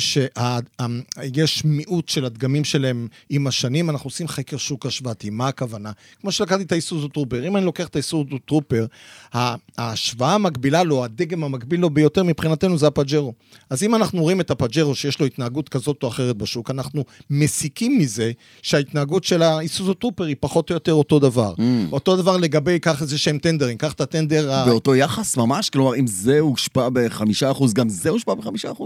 שיש מיעוט של הדגמים שלהם עם השנים, אנחנו עושים חקר שוק השוואתי. מה הכוונה? כמו שלקחתי את האיסוזו טרופר. אם אני לוקח את האיסוזו טרופר, ההשוואה המקבילה לו, הדגם המקביל לו ביותר מבחינתנו זה הפאג'רו. אז אם אנחנו רואים את הפאג'רו שיש לו התנהגות כזאת או אחרת בשוק, אנחנו מסיקים מזה שההתנהגות של האיסוזו טרופר היא פחות או יותר אותו דבר. אותו דבר לגבי, קח איזה שהם טנדרים, קח את הטנדר... באותו יחס ממש? כלומר, אם זה הושפע ב5%, גם זה הושפע ב5%?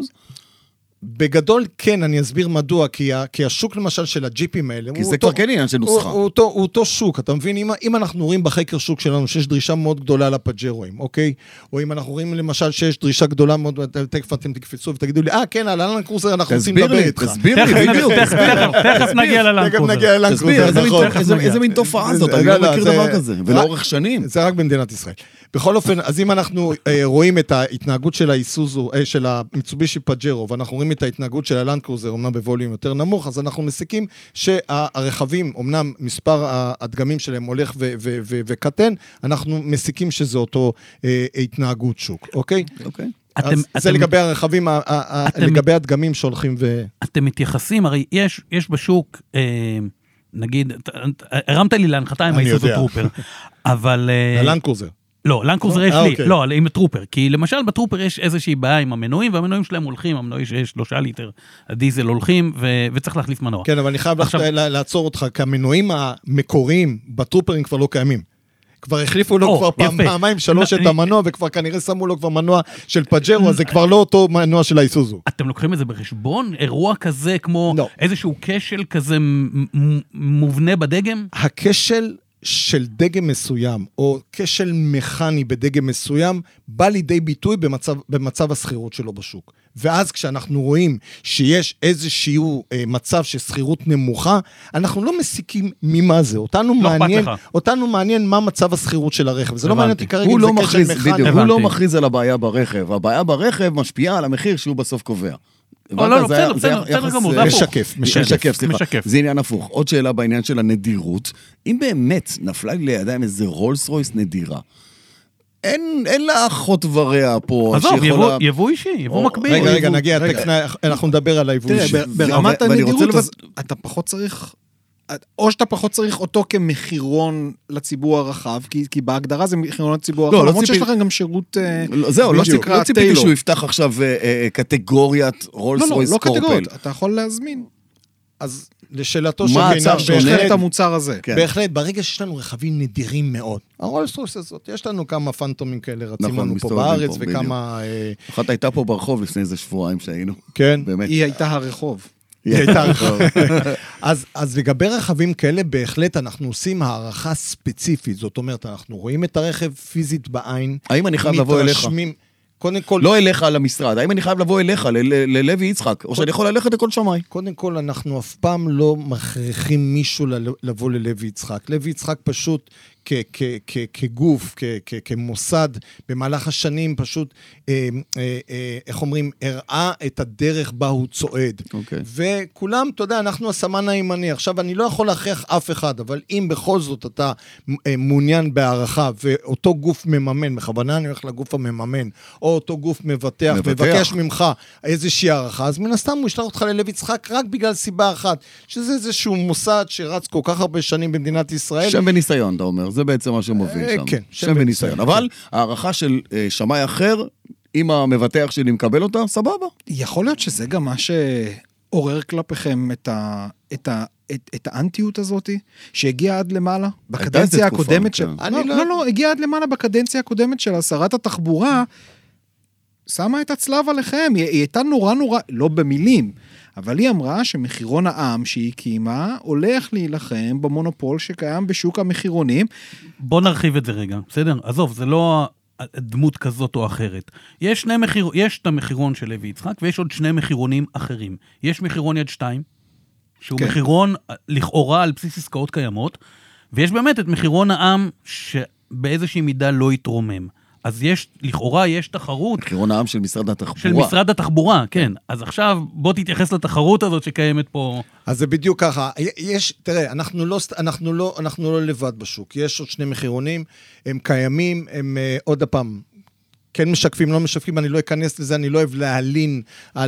בגדול כן, אני אסביר מדוע, כי השוק למשל של הג'יפים האלה, כי זה כבר כן עניין של נוסחה. הוא אותו שוק, אתה מבין? אם אנחנו רואים בחקר שוק שלנו שיש דרישה מאוד גדולה לפאג'רואים, אוקיי? או אם אנחנו רואים למשל שיש דרישה גדולה מאוד, תכף אתם תקפצו ותגידו לי, כן, על הלנד קרוזר אנחנו רוצים לדבר איתך. תסביר לי, בדיוק. תכף נגיע ללנד קרוזר. תסביר, איזה מין תופעה זאת, אני לא מכיר דבר כזה, ולאורך שנים. זה רק במדינת ישראל. בכל אופן, אז אם אנחנו רואים את ההתנהגות של האיסוזו, של המיצובישי פאג'רו, ואנחנו רואים את ההתנהגות של הלנד קרוזר, אמנם בווליום יותר נמוך, אז אנחנו מסיקים שהרכבים, אמנם מספר הדגמים שלהם הולך וקטן, אנחנו מסיקים שזה אותו התנהגות שוק, אוקיי? אוקיי. זה לגבי הרכבים, לגבי הדגמים שהולכים אתם מתייחסים, הרי יש בשוק... נגיד, הרמת לי להנחתה עם האיסוזו טרופר, אבל... הלנד קרוזר. לא, לנד קרוזר יש לי, לא, עם הטרופר, כי למשל בטרופר יש איזושהי בעיה עם המנועים, והמנועים שלהם הולכים, המנועים שיש 3 ליטר, הדיזל הולכים, וצריך להחליף מנוע. כן, אבל אני חייב לעצור אותך, כי המנועים המקוריים בטרופרים כבר לא קיימים. כבר החליפו לו כבר פעמיים 3 את המנוע, וכבר כנראה שמו לו כבר מנוע של פאג'רו, אז זה כבר לא אותו מנוע של האיסוזו. אתם לוקחים את זה בחשבון? אירוע כזה כמו איזשהו כשל כזה מובנה בדגם? הכשל של דגם מסוים, או כשל מכני בדגם מסוים, בא לידי ביטוי במצב הסחירות שלו בשוק. ואז כשאנחנו רואים שיש איזשהו מצב של סחירות נמוכה, אנחנו לא מסיקים ממה זה. אותנו מעניין מה מצב הסחירות של הרכב. זה לא מעניין אותי כרגע אם זה כשל מכני. הוא לא מכריז על הבעיה ברכב. הבעיה ברכב משפיעה על המחיר שהוא בסוף קובע. לא, בסדר גמור, זה משקף. זה עניין הפוך. עוד שאלה בעניין של הנדירות. אם באמת נפלה לי לידיים איזה רולס רויס נדירה, אין לה אחות ורע פה. עזוב, יבוא אישי, יבוא מקביל. רגע, נגיע, אנחנו נדבר על היבוא אישי. ברמת הנדירות, אתה פחות צריך... או שאתה פחות צריך אותו כמחירון לציבור הרחב, כי בהגדרה זה מחירון לציבור הרחב, למרות שיש לכם גם שירות... זהו, לא ציפיתי שהוא יפתח עכשיו קטגוריית רולס רויס קורפל. לא קטגוריות, אתה יכול להזמין. אז לשאלתו של בהחלט המוצר הזה. בהחלט, ברגע שיש לנו רכבים נדירים מאוד, הרולס רויס הזאת, יש לנו כמה פנטומים כאלה רצים לנו פה בארץ, וכמה... אחת הייתה פה ברחוב לפני איזה שבועיים שהיינו. כן. היא הייתה הרחוב. אז לגבי רכבים כאלה, בהחלט אנחנו עושים הערכה ספציפית, זאת אומרת, אנחנו רואים את הרכב פיזית בעין. האם אני חייב לבוא אליך? קודם כל... לא אליך על המשרד, האם אני חייב לבוא אליך, ללוי יצחק, או שאני יכול ללכת לכל שמאי? קודם כל, אנחנו אף פעם לא מכריחים מישהו לבוא ללוי יצחק. לוי יצחק פשוט... כגוף, כמוסד, במהלך השנים פשוט, איך אומרים, הראה את הדרך בה הוא צועד. וכולם, אתה יודע, אנחנו הסמן הימני. עכשיו, אני לא יכול להכריח אף אחד, אבל אם בכל זאת אתה מעוניין בהערכה, ואותו גוף מממן, בכוונה אני הולך לגוף המממן, או אותו גוף מבטח, מבקש ממך איזושהי הערכה, אז מן הסתם הוא ישלח אותך ללוי יצחק רק בגלל סיבה אחת, שזה איזשהו מוסד שרץ כל כך הרבה שנים במדינת ישראל. שם בניסיון, אתה אומר. זה בעצם מה שמוביל שם. כן. שם וניסיון. אבל הערכה של שמאי אחר, אם המבטח שלי מקבל אותה, סבבה. יכול להיות שזה גם מה שעורר כלפיכם את האנטיות הזאת, שהגיעה עד למעלה, בקדנציה הקודמת של... לא, הגיעה עד למעלה בקדנציה הקודמת של שרת התחבורה, שמה את הצלב עליכם, היא הייתה נורא, לא במילים, אבל היא אמרה שמחירון העם שהיא הקימה, הולך להילחם במונופול שקיים בשוק המחירונים. בוא נרחיב את זה רגע, בסדר? עזוב, זה לא דמות כזאת או אחרת. יש את המחירון של לוי יצחק, ויש עוד שני מחירונים אחרים. יש מחירון יד 2, שהוא מחירון לכאורה על בסיס עסקאות קיימות, ויש באמת את מחירון העם שבאיזושהי מידה לא יתרומם. אז לכאורה יש תחרות. מחירון העם של משרד התחבורה. של משרד התחבורה, כן. אז עכשיו בוא תתייחס לתחרות הזאת שקיימת פה. אז זה בדיוק ככה. תראה, אנחנו לא לבד בשוק. יש עוד שני מחירונים, הם קיימים, הם עוד הפעם, כן משקפים, לא משקפים, אני לא אכנס לזה, אני לא אוהב להלין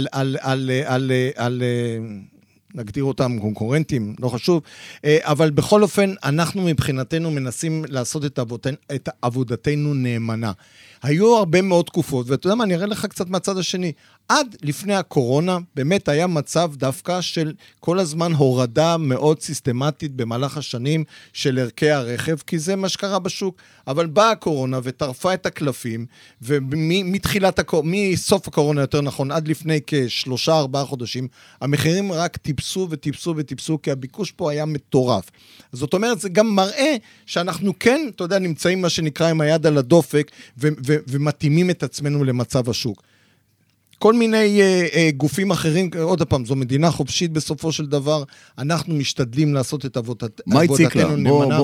על נגדיר אותם קונקורנטים, לא חשוב, אבל בכל אופן, אנחנו מבחינתנו מנסים לעשות את עבודתנו נאמנה. היו הרבה מאוד תקופות, ואתה יודע מה, אני אראה לך קצת מהצד השני. עד לפני הקורונה, באמת היה מצב דווקא של כל הזמן הורדה מאוד סיסטמטית במהלך השנים של ערכי הרכב, כי זה מה שקרה בשוק. אבל באה הקורונה וטרפה את הקלפים, מסוף הקורונה יותר נכון, עד לפני כ3-4 חודשים, המחירים רק טיפסו וטיפסו וטיפסו, כי הביקוש פה היה מטורף. זאת אומרת, זה גם מראה שאנחנו כן, אתה יודע, נמצאים מה שנקרא עם היד על הדופק, ומתאימים את עצמנו למצב השוק. כל מיני גופים אחרים, עוד הפעם, זו מדינה חופשית בסופו של דבר, אנחנו משתדלים לעשות את עבודתנו נאמנה.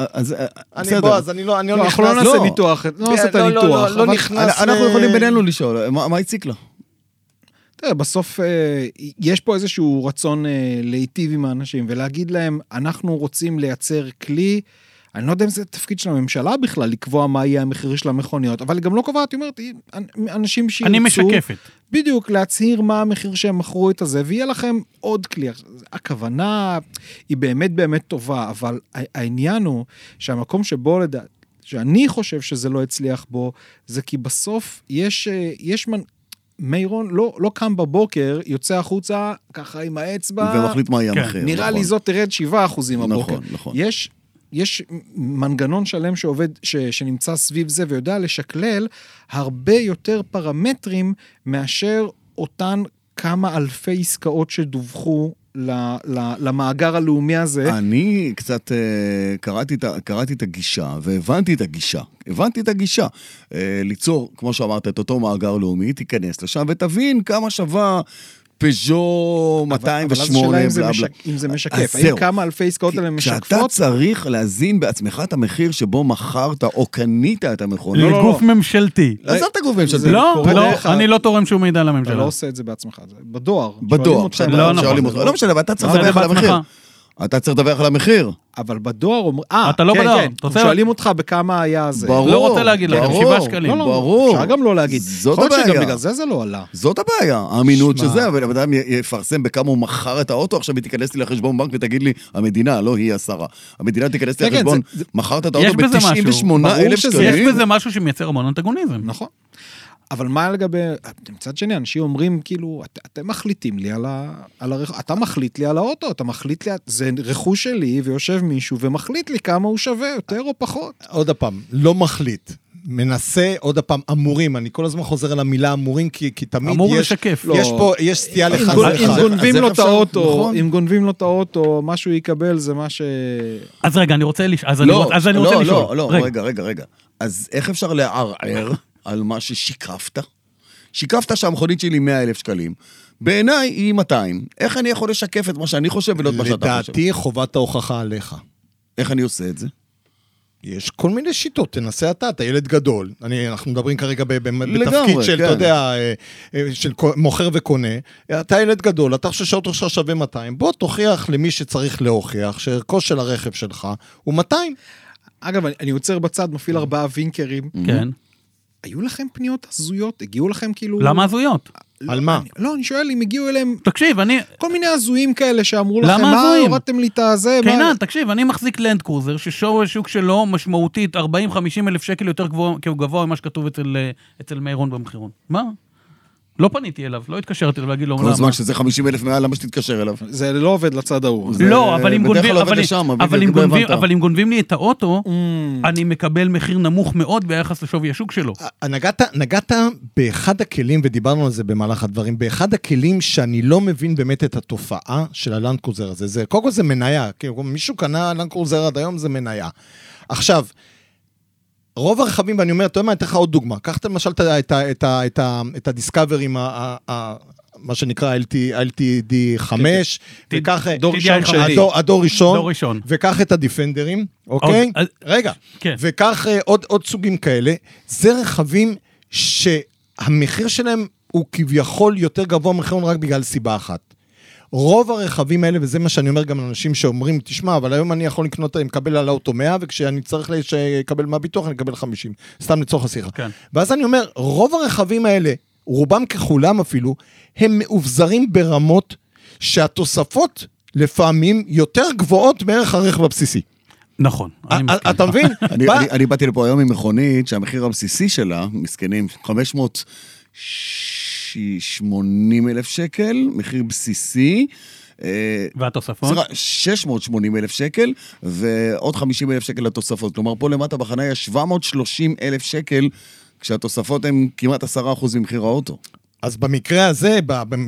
אז אני לא נכנס... אנחנו לא נעשה ניתוח, לא נעשה את הניתוח. לא נכנס... אנחנו יכולים בינינו לשאול, מה הציק לה? תראה, בסוף יש פה איזשהו רצון להיטיב עם האנשים, ולהגיד להם, אנחנו רוצים לייצר כלי, אני לא יודע אם זה תפקיד של הממשלה בכלל, לקבוע מה יהיה המחיר של המכוניות, אבל גם לא קובעת, היא אומרת, אנשים שירצו... אני משקפת. בדיוק, להצהיר מה המחיר שהם מכרו את הזה, ויהיה לכם עוד כלי. הכוונה היא באמת באמת טובה, אבל העניין הוא שהמקום שבו לדעת, שאני חושב שזה לא הצליח בו, זה כי בסוף יש מיירון לא קם בבוקר, יוצא החוצה, ככה עם האצבע, ומחליט מה יהיה המחיר. נראה לי זאת תרד 7% הבוקר. נכון. יש מנגנון שלם שעובד, שנמצא סביב זה, ויודע לשקלל הרבה יותר פרמטרים, מאשר אותן כמה אלפי עסקאות שדווחו למאגר הלאומי הזה. אני קצת קראתי את הגישה, והבנתי את הגישה. ליצור, כמו שאמרת, את אותו מאגר לאומי, תיכנס לשם ותבין כמה שווה פז'ו 208, אבל אז שאלה אם זה משקף, האם כמה אלפי עסקאות האלה משקפות? כשאתה צריך להזין בעצמך את המחיר שבו מכרת או קנית את המכונית. לגוף ממשלתי. אז אתה גוף ממשלתי. לא, אני לא תורם שום מידע לממשלה. אתה לא עושה את זה בעצמך, בדואר. לא משנה, ואתה צריך לדווח על המחיר. אתה צריך לדווח על המחיר. אבל בדואר אומר... אתה לא בדואר. שואלים אותך בכמה היה זה. לא רוצה להגיד לכם, 7 שקלים. ברור. אפשר גם לא להגיד. זאת הבעיה. שגם בגלל זה לא עלה. זאת הבעיה. האמינות שזה, אבל אדם יפרסם בכמה הוא מכר את האוטו, עכשיו היא תיכנס לי לחשבון בנק ותגיד לי, המדינה, לא היא השרה. המדינה תיכנס לי לחשבון, מכרת את האוטו ב-98,000 שקלים. יש בזה משהו שמייצר המון אנטגוניזם. נכון. אבל מה לגבי, מצד שני, אנשים אומרים, כאילו, אתם מחליטים לי אתה מחליט לי על האוטו, אתה מחליט לי, זה רכוש שלי, ויושב מישהו, ומחליט לי כמה הוא שווה, יותר או פחות. עוד הפעם, לא מחליט. מנסה, עוד הפעם, אמורים, אני כל הזמן חוזר על המילה אמורים, כי תמיד אמור לשקף. יש סטייה לך. אם גונבים לו את האוטו, מה שהוא יקבל זה מה ש... אז רגע, אני רוצה לשאול. לא, רגע. אז איך אפשר לערער על מה ששיקפת? שיקפת שהמכונית שלי 100,000 שקלים. בעיניי היא 200. איך אני יכול לשקף את מה שאני חושב ולא את מה שאתה חושב? לדעתי חובת ההוכחה עליך. איך אני עושה את זה? יש כל מיני שיטות, תנסה אתה ילד גדול, אנחנו מדברים כרגע בתפקיד של, אתה יודע, של מוכר וקונה, אתה ילד גדול, אתה חושב שהאוטו שלך שווה 200, בוא תוכיח למי שצריך להוכיח, שערכו של הרכב שלך הוא 200. אגב, אני יוצר בצד, מפעיל 4 וינקרים. כן. היו לכם פניות הזויות? הגיעו לכם כאילו... למה הזויות? על מה? לא, אני שואל אם הגיעו אליהם... תקשיב, אני... כל מיני הזויים כאלה שאמרו לכם, מה הורדתם לי את הזה? כן, תקשיב, אני מחזיק לנד קרוזר, ששווי השוק שלו משמעותית 40-50 אלף שקל יותר גבוה ממה שכתוב אצל מיירון במחירון. מה? לא פניתי אליו, לא התקשרתי להגיד לו כל זמן שזה 50,000 מעל, למה שתתקשר אליו? זה לא עובד לצד ההוא. לא, אבל אם גונבים לי את האוטו, אני מקבל מחיר נמוך מאוד ביחס לשווי השוק שלו. נגעת באחד הכלים, ודיברנו על זה במהלך הדברים, באחד הכלים שאני לא מבין באמת את התופעה של הלנד קרוזר הזה. קודם כל זה מניה, מישהו קנה לנד קרוזר עד היום, זה מניה. עכשיו, רוב הרכבים, ואני אומר, אתה יודע מה, אני אתן לך עוד דוגמה. קח למשל את הדיסקאבר עם מה שנקרא LTD 5, וקח הדור ראשון, וקח את הדיפנדרים, אוקיי? רגע, וקח עוד סוגים כאלה. זה רכבים שהמחיר שלהם הוא כביכול יותר גבוה מחירון רק בגלל סיבה אחת. רוב הרכבים האלה, וזה מה שאני אומר גם לאנשים שאומרים, תשמע, אבל היום אני יכול לקנות, אני מקבל על האוטו 100, וכשאני צריך לקבל מהביטוח, אני אקבל 50. סתם לצורך השיחה. כן. ואז אני אומר, רוב הרכבים האלה, רובם ככולם אפילו, הם מאובזרים ברמות שהתוספות לפעמים יותר גבוהות מערך הרכב הבסיסי. נכון. אתה מבין? אני באתי לפה היום עם מכונית, שהמחיר הבסיסי שלה, מסכנים, 580,000 שקל, מחיר בסיסי. והתוספות? 680,000 שקל, ועוד 50,000 שקל לתוספות. כלומר, פה למטה בחניה 730,000 שקל, כשהתוספות הן כמעט 10% ממחיר האוטו. אז במקרה הזה,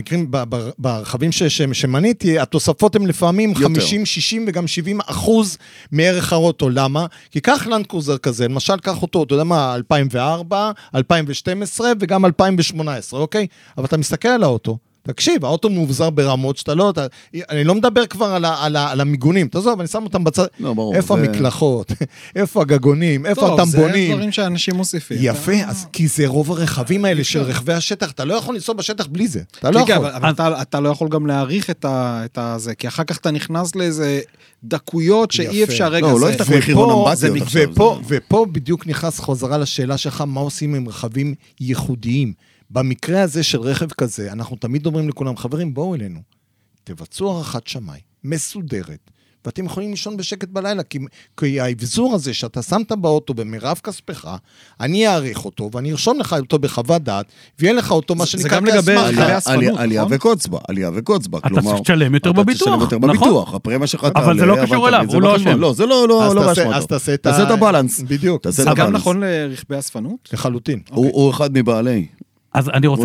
ברכבים שמניתי, התוספות הן לפעמים 50, 60 וגם 70% מערך האוטו. למה? כי כך לנד קרוזר כזה, למשל, קח אותו, אתה יודע מה, 2004, 2012 וגם 2018, אוקיי? אבל אתה מסתכל על האוטו, תקשיב, האוטו מאובזר ברמות שאתה לא... אני לא מדבר כבר על המיגונים, תעזוב, אני שם אותם בצד... איפה המקלחות? איפה הגגונים? איפה הטמבונים? זה דברים שאנשים מוסיפים. יפה, אז כי זה רוב הרכבים האלה של רכבי השטח, אתה לא יכול לנסוע בשטח בלי זה. אתה לא יכול. אבל אתה לא יכול גם להעריך את זה, כי אחר כך אתה נכנס לאיזה דקויות שאי אפשר רגע... לא, לא יפתח מחירון אמבטיות עכשיו. ופה בדיוק נכנס חוזרה לשאלה שלך, מה עושים עם רכבים ייחודיים? במקרה הזה של רכב כזה, אנחנו תמיד אומרים לכולם, חברים, בואו אלינו, תבצעו הערכת שמאי, מסודרת, ואתם יכולים לישון בשקט בלילה, כי האבזור הזה שאתה שמת באוטו במרב כספך, אני אעריך אותו, ואני ארשום לך אותו בחוות דעת, ויהיה לך אותו מה שנקרא כאספנות. עלייה וקוצבה, אתה צריך לשלם יותר בביטוח, נכון? הפרמיה שלך תעלה. אבל זה לא קשור אליו, הוא לא אשם. לא, זה לא באשמתו. אז תעשה את הבלנס. בדיוק. זה גם נכון לרכבי אספנות? לחלוטין. הוא אחד מבעלי. אז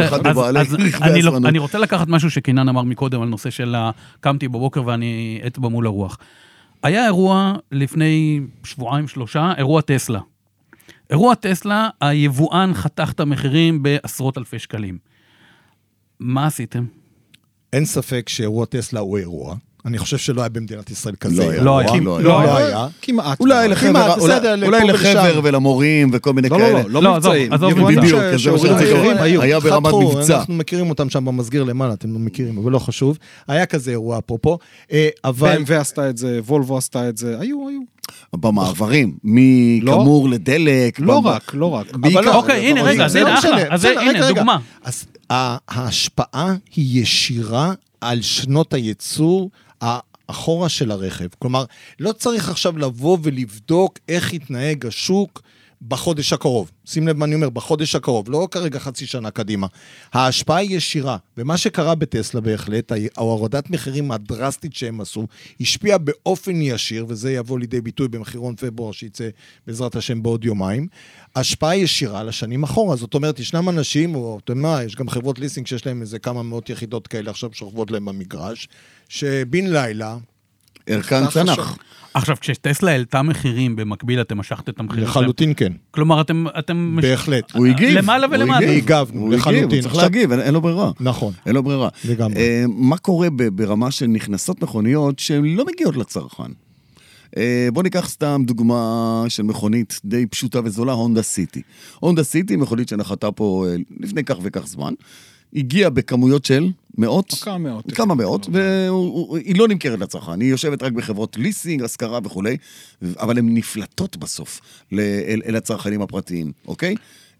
אני רוצה לקחת משהו שקינן אמר מקודם על נושא של קמתי בבוקר ואני אצבע מול הרוח. היה אירוע לפני 2-3 אירוע טסלה. אירוע טסלה, היבואן חתך את המחירים בעשרות אלפי שקלים. מה עשיתם? אין ספק שאירוע טסלה הוא אירוע. אני חושב שלא היה במדינת ישראל כזה. לא היה. כמעט. אולי לחבר ולמורים וכל מיני כאלה. לא מבצעים. בדיוק, היה ברמת מבצע. אנחנו מכירים אותם שם במסגיר למעלה, אתם לא מכירים, אבל לא חשוב. היה כזה אירוע, אפרופו. BMW עשתה את זה, וולבו עשתה את זה, היו. במעברים, מכמור לדלק. לא רק. אוקיי, הנה, רגע, הנה, דוגמה. אז ההשפעה היא ישירה על שנות הייצור, האחורה של הרכב. כלומר, לא צריך עכשיו לבוא ולבדוק איך יתנהג השוק בחודש הקרוב. שים לב מה אני אומר, בחודש הקרוב, לא כרגע חצי שנה קדימה. ההשפעה היא ישירה, ומה שקרה בטסלה בהחלט, ההורדת מחירים הדרסטית שהם עשו, השפיע באופן ישיר, וזה יבוא לידי ביטוי במחירון פברואר, שיצא בעזרת השם בעוד יומיים, השפעה ישירה לשנים אחורה. זאת אומרת, ישנם אנשים, או אתה יודע, יש גם חברות ליסינג שיש להם איזה כמה מאות יחידות כאלה, עכשיו שוכבות להם במגרש, שבין לילה, ערכן צנח. עכשיו, כשטסלה העלתה מחירים במקביל, אתם משכת את המחירים. לחלוטין כן. כלומר, אתם... בהחלט. הוא הגיב. למעלה ולמעלה. הגבנו, לחלוטין. הוא צריך להגיב, אין לו ברירה. נכון. אין לו ברירה. לגמרי. מה קורה ברמה של נכנסות מכוניות שהן לא מגיעות לצרכן? בוא ניקח סתם דוגמה של מכונית די פשוטה וזולה, הונדה סיטי. הונדה סיטי, מכונית שנחתה פה לפני כך וכך זמן, הגיעה בכמויות של מאות, כמה מאות, והיא לא נמכרת לצרכן, היא יושבת רק בחברות ליסינג, השכרה וכו', אבל הן נפלטות בסוף אל הצרכנים הפרטיים, אוקיי?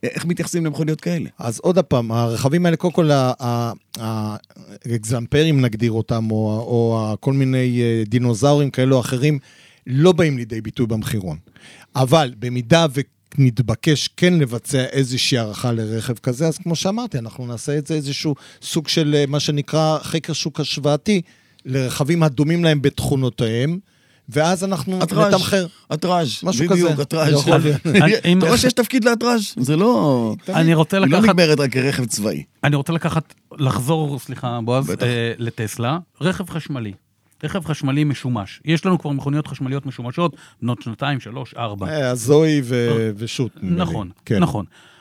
איך מתייחסים למכוניות כאלה? אז עוד הפעם, הרכבים האלה, קודם כל, האקזמפרים נגדיר אותם, או כל מיני דינוזאורים כאלה או אחרים, לא באים לידי ביטוי במחירון. אבל במידה ונתבקש כן לבצע איזושהי הערכה לרכב כזה, אז כמו שאמרתי, אנחנו נעשה את זה איזשהו סוג של מה שנקרא חקר שוק השוואתי, לרכבים הדומים להם בתכונותיהם, ואז אנחנו נתמחר. אטראז', משהו בדיוק, כזה. אטראז'. אתה רואה שיש תפקיד לאטראז', זה לא... היא לא נגמרת רק כרכב צבאי. אני רוצה לחזור, סליחה, בועז, לטסלה, רכב חשמלי. רכב חשמלי משומש. יש לנו כבר מכוניות חשמליות משומשות, בנות 2, 3, 4. זוהי ושוט. נכון, נכון.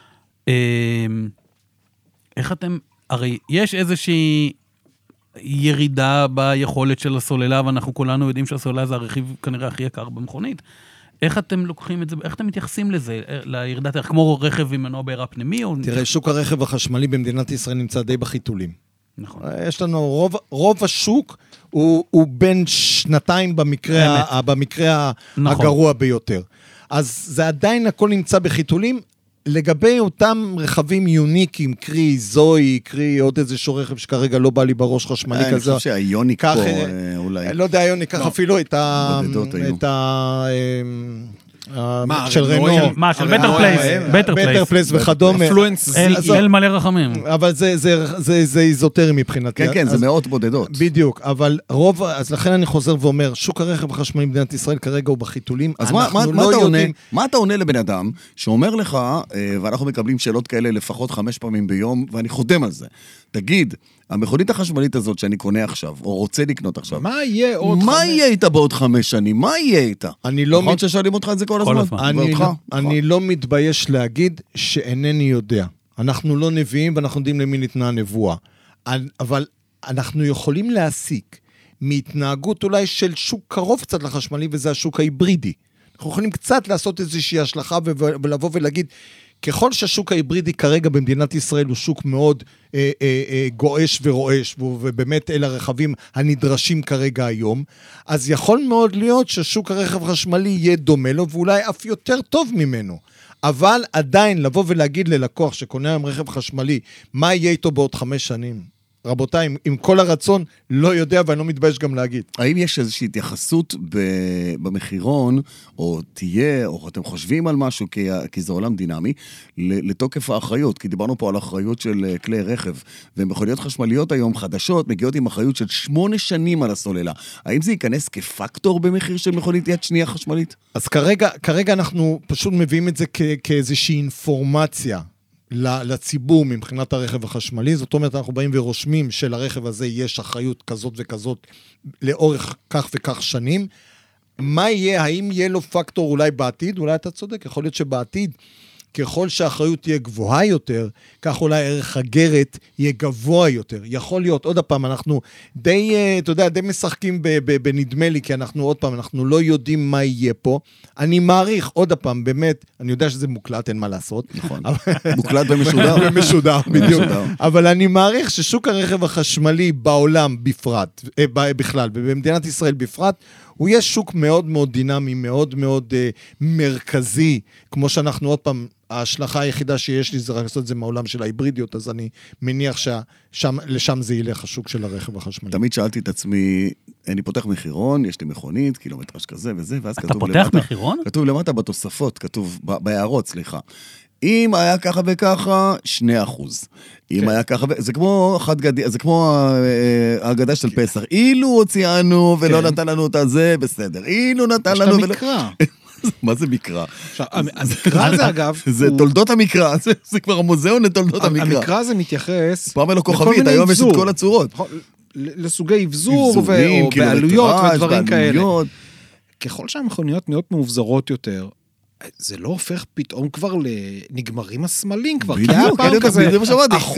איך אתם, הרי יש איזושהי ירידה ביכולת של הסוללה, ואנחנו כולנו יודעים שהסוללה זה הרכיב כנראה הכי יקר במכונית. איך אתם לוקחים את זה, איך אתם מתייחסים לזה, לירידת ערך, כמו רכב עם מנוע בעירה פנימי? תראה, שוק הרכב החשמלי במדינת ישראל נמצא די בחיתולים. נכון. יש לנו, רוב השוק הוא בין שנתיים במקרה הגרוע ביותר. אז זה עדיין הכל נמצא בחיתולים, לגבי אותם רכבים יוניקים, קרי זוהי, קרי עוד איזשהו רכב שכרגע לא בא לי בראש חשמלי כזה. אני חושב שהיוניק פה אולי. לא יודע, היוניק, כך אפילו את של רנו. מה, של בטר פלייס וכדומה. אל מלא רחמים. אבל זה איזוטרי מבחינתי. כן, כן, זה מאות בודדות. בדיוק, אבל רוב, אז לכן אני חוזר ואומר, שוק הרכב החשמלי במדינת ישראל כרגע הוא בחיתולים. אז מה אתה עונה לבן אדם שאומר לך, ואנחנו מקבלים שאלות כאלה לפחות 5 פעמים ביום, ואני חותם על זה. תגיד, המכונית החשמלית הזאת שאני קונה עכשיו, או רוצה לקנות עכשיו, מה יהיה איתה בעוד 5 שנים? מה יהיה איתה? נכון ששואלים אותך את זה כל הזמן? אני לא מתבייש להגיד שאינני יודע. אנחנו לא נביאים ואנחנו יודעים למי ניתנה הנבואה. אבל אנחנו יכולים להסיק מהתנהגות אולי של שוק קרוב קצת לחשמלי, וזה השוק ההיברידי. אנחנו יכולים קצת לעשות איזושהי השלכה ולבוא ולהגיד, ככל שהשוק ההיברידי כרגע במדינת ישראל הוא שוק מאוד גואש ורועש, ובאמת אלה הרכבים הנדרשים כרגע היום, אז יכול מאוד להיות ששוק הרכב חשמלי יהיה דומה לו, ואולי אף יותר טוב ממנו. אבל עדיין לבוא ולהגיד ללקוח שקונה היום רכב חשמלי, מה יהיה איתו בעוד 5 שנים? רבותיי, עם כל הרצון, לא יודע ואני לא מתבייש גם להגיד. האם יש איזושהי התייחסות במחירון, או תהיה, או אתם חושבים על משהו, כי זה עולם דינמי, לתוקף האחריות? כי דיברנו פה על אחריות של כלי רכב, ומכוניות חשמליות היום חדשות, מגיעות עם אחריות של 8 שנים על הסוללה. האם זה ייכנס כפקטור במחיר של מכונית יד שנייה חשמלית? אז כרגע אנחנו פשוט מביאים את זה כאיזושהי אינפורמציה, לציבור מבחינת הרכב החשמלי, זאת אומרת, אנחנו באים ורושמים שלרכב הזה יש אחריות כזאת וכזאת לאורך כך וכך שנים. מה יהיה, האם יהיה לו פקטור אולי בעתיד? אולי אתה צודק, יכול להיות שבעתיד, ככל שהאחריות תהיה גבוהה יותר, כך אולי ערך הגרת יהיה גבוה יותר. יכול להיות, עוד הפעם, אנחנו די, אתה יודע, די משחקים בנדמה לי, כי אנחנו עוד פעם, אנחנו לא יודעים מה יהיה פה. אני מעריך, עוד הפעם, באמת, אני יודע שזה מוקלט, אין מה לעשות. נכון, מוקלט ומשודר. ומשודר, בדיוק. אבל אני מעריך ששוק הרכב החשמלי בעולם בפרט, בכלל, ובמדינת ישראל בפרט, הוא יהיה שוק מאוד מאוד דינמי, מאוד מאוד מרכזי, כמו שאנחנו עוד פעם, ההשלכה היחידה שיש לי זה רק לעשות את זה מהעולם של ההיברידיות, אז אני מניח שלשם זה ילך השוק של הרכב החשמלי. תמיד שאלתי את עצמי, אני פותח מחירון, יש לי מכונית, קילומטרש כזה וזה, ואז כתוב למטה... אתה פותח מחירון? כתוב למטה בתוספות, כתוב בהערות, סליחה. אם היה ככה וככה, 2%. אם היה ככה, זה כמו זה כמו ההגדה של פסח. אילו הוציאנו ולא נתן לנו את זה, בסדר. אילו נתן לנו... יש את המקרא. מה זה מקרא? המקרא זה אגב... זה תולדות המקרא, זה כבר המוזיאון לתולדות המקרא. המקרא זה מתייחס... פעם אלו כוכבית, היום יש את כל הצורות. לסוגי אבזור, או בעלויות ודברים כאלה. ככל שהמכוניות נהיות מאובזרות יותר, זה לא הופך פתאום כבר לנגמרים הסמלים כבר, כי היה פעם כזה אחוז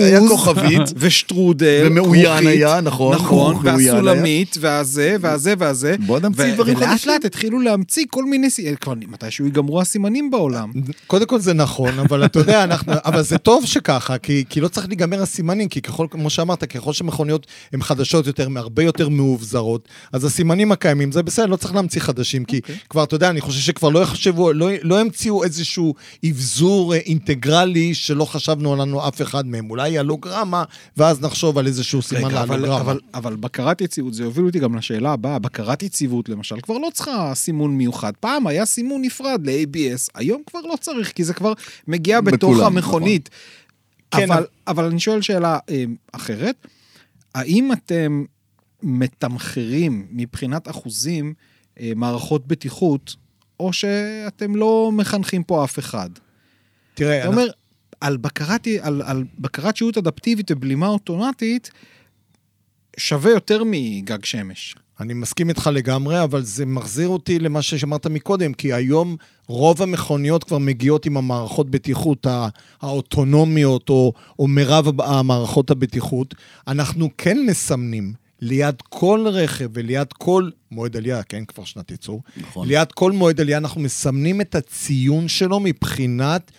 ושטרודל, ומאוין היה, נכון, והסולמית, והזה, בוא נמציא דברים חדשים. ולאט לאט התחילו להמציא כל מיני, כבר מתישהו ייגמרו הסימנים בעולם. קודם כל זה נכון, אבל אתה יודע, אבל זה טוב שככה, כי לא צריך להיגמר הסימנים, כי כמו שאמרת, ככל שמכוניות הן חדשות יותר, הרבה יותר מאובזרות, אז הסימנים הקיימים, זה בסדר, לא צריך להמציא חדשים, כי כבר, אתה יודע, אני חושב שכבר לא לא המציאו איזשהו אבזור אינטגרלי שלא חשבנו עלינו אף אחד מהם. אולי הלוגרמה, ואז נחשוב על איזשהו סימן להלוגרמה. אבל בקרת יציבות, זה הוביל אותי גם לשאלה הבאה, בקרת יציבות למשל, כבר לא צריכה סימון מיוחד. פעם היה סימון נפרד ל-ABS, היום כבר לא צריך, כי זה כבר מגיע בתוך המכונית. אבל אני שואל שאלה אחרת, האם אתם מתמחרים מבחינת אחוזים מערכות בטיחות, או שאתם לא מחנכים פה אף אחד? תראה, אתה אומר, על בקרת שהות אדפטיבית ובלימה אוטומטית, שווה יותר מגג שמש. אני מסכים איתך לגמרי, אבל זה מחזיר אותי למה ששמעת מקודם, כי היום רוב המכוניות כבר מגיעות עם המערכות בטיחות האוטונומיות, או מרב המערכות הבטיחות. אנחנו כן מסמנים ליד כל רכב וליד כל מועד עלייה, כן, כבר שנת ייצור, נכון. ליד כל מועד עלייה אנחנו מסמנים את הציון שלו מבחינת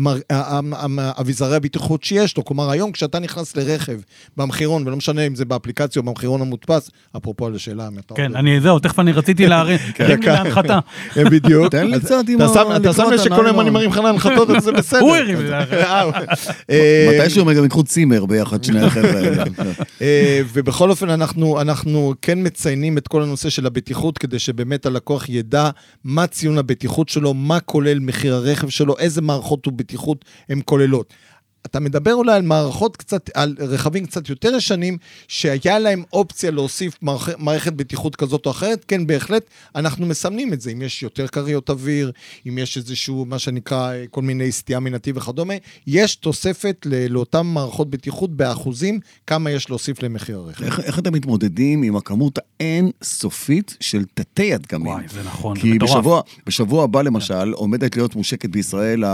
אביזרי הבטיחות שיש לו. כלומר, היום כשאתה נכנס לרכב במחירון, ולא משנה אם זה באפליקציה או במחירון המודפס, אפרופו על השאלה. כן, זהו, תכף אני רציתי להרים להנחתה. בדיוק. תן לי קצת עם אתה שם שכל היום אני מרים לך להנחתות, אז זה בסדר. הוא הרים לי להנחתה. מתישהו גם יקחו צימר ביחד שני החבר'ה האלה. ובכל אופן אנחנו כן מציינים את כל הנושא של הבטיחות, כדי שבאמת הלקוח ידע מה ציון הבטיחות שלו, מה כולל מחיר הרכב שלו, איזה מערכות הוא בטיחות הן כוללות. אתה מדבר אולי על מערכות קצת, על רכבים קצת יותר ישנים, שהיה להם אופציה להוסיף מערכת בטיחות כזאת או אחרת, כן, בהחלט, אנחנו מסמנים את זה, אם יש יותר קריות אוויר, אם יש איזשהו, מה שנקרא, כל מיני סטייה מנתיב וכדומה, יש תוספת לאותן מערכות בטיחות באחוזים, כמה יש להוסיף למחיר הרכב. איך אתם מתמודדים עם הכמות האין סופית של תתי הדגמים? וואי, זה נכון, זה מטורף. כי בשבוע הבא, למשל, עומדת להיות מושקת בישראל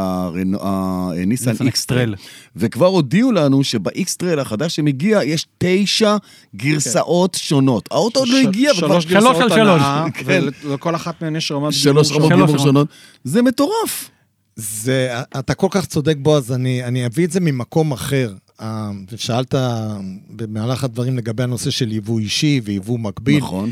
הניסן אקסטרל. וכבר הודיעו לנו שב-X-Trail החדש שמגיע, יש 9 גרסאות שונות. האוטו עוד לא הגיע. 3 גרסאות הנאה, ולכל אחת מהן יש רמת 3 רמות גימור שונות. זה מטורף. אתה כל כך צודק בו, אז אני אביא את זה ממקום אחר. ושאלת במהלך הדברים לגבי הנושא של ייבוא אישי ויבוא מקביל. נכון.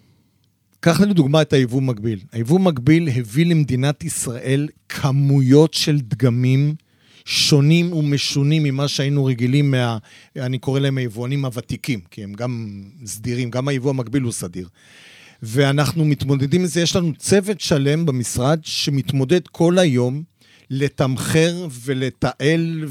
קח לדוגמה את היבוא מקביל. היבוא מקביל הביא למדינת ישראל כמויות של דגמים שונים ומשונים ממה שהיינו רגילים אני קורא להם היבואנים הוותיקים, כי הם גם סדירים, גם היבוא המקביל הוא סדיר. ואנחנו מתמודדים עם זה, יש לנו צוות שלם במשרד שמתמודד כל היום לתמחר ולתעל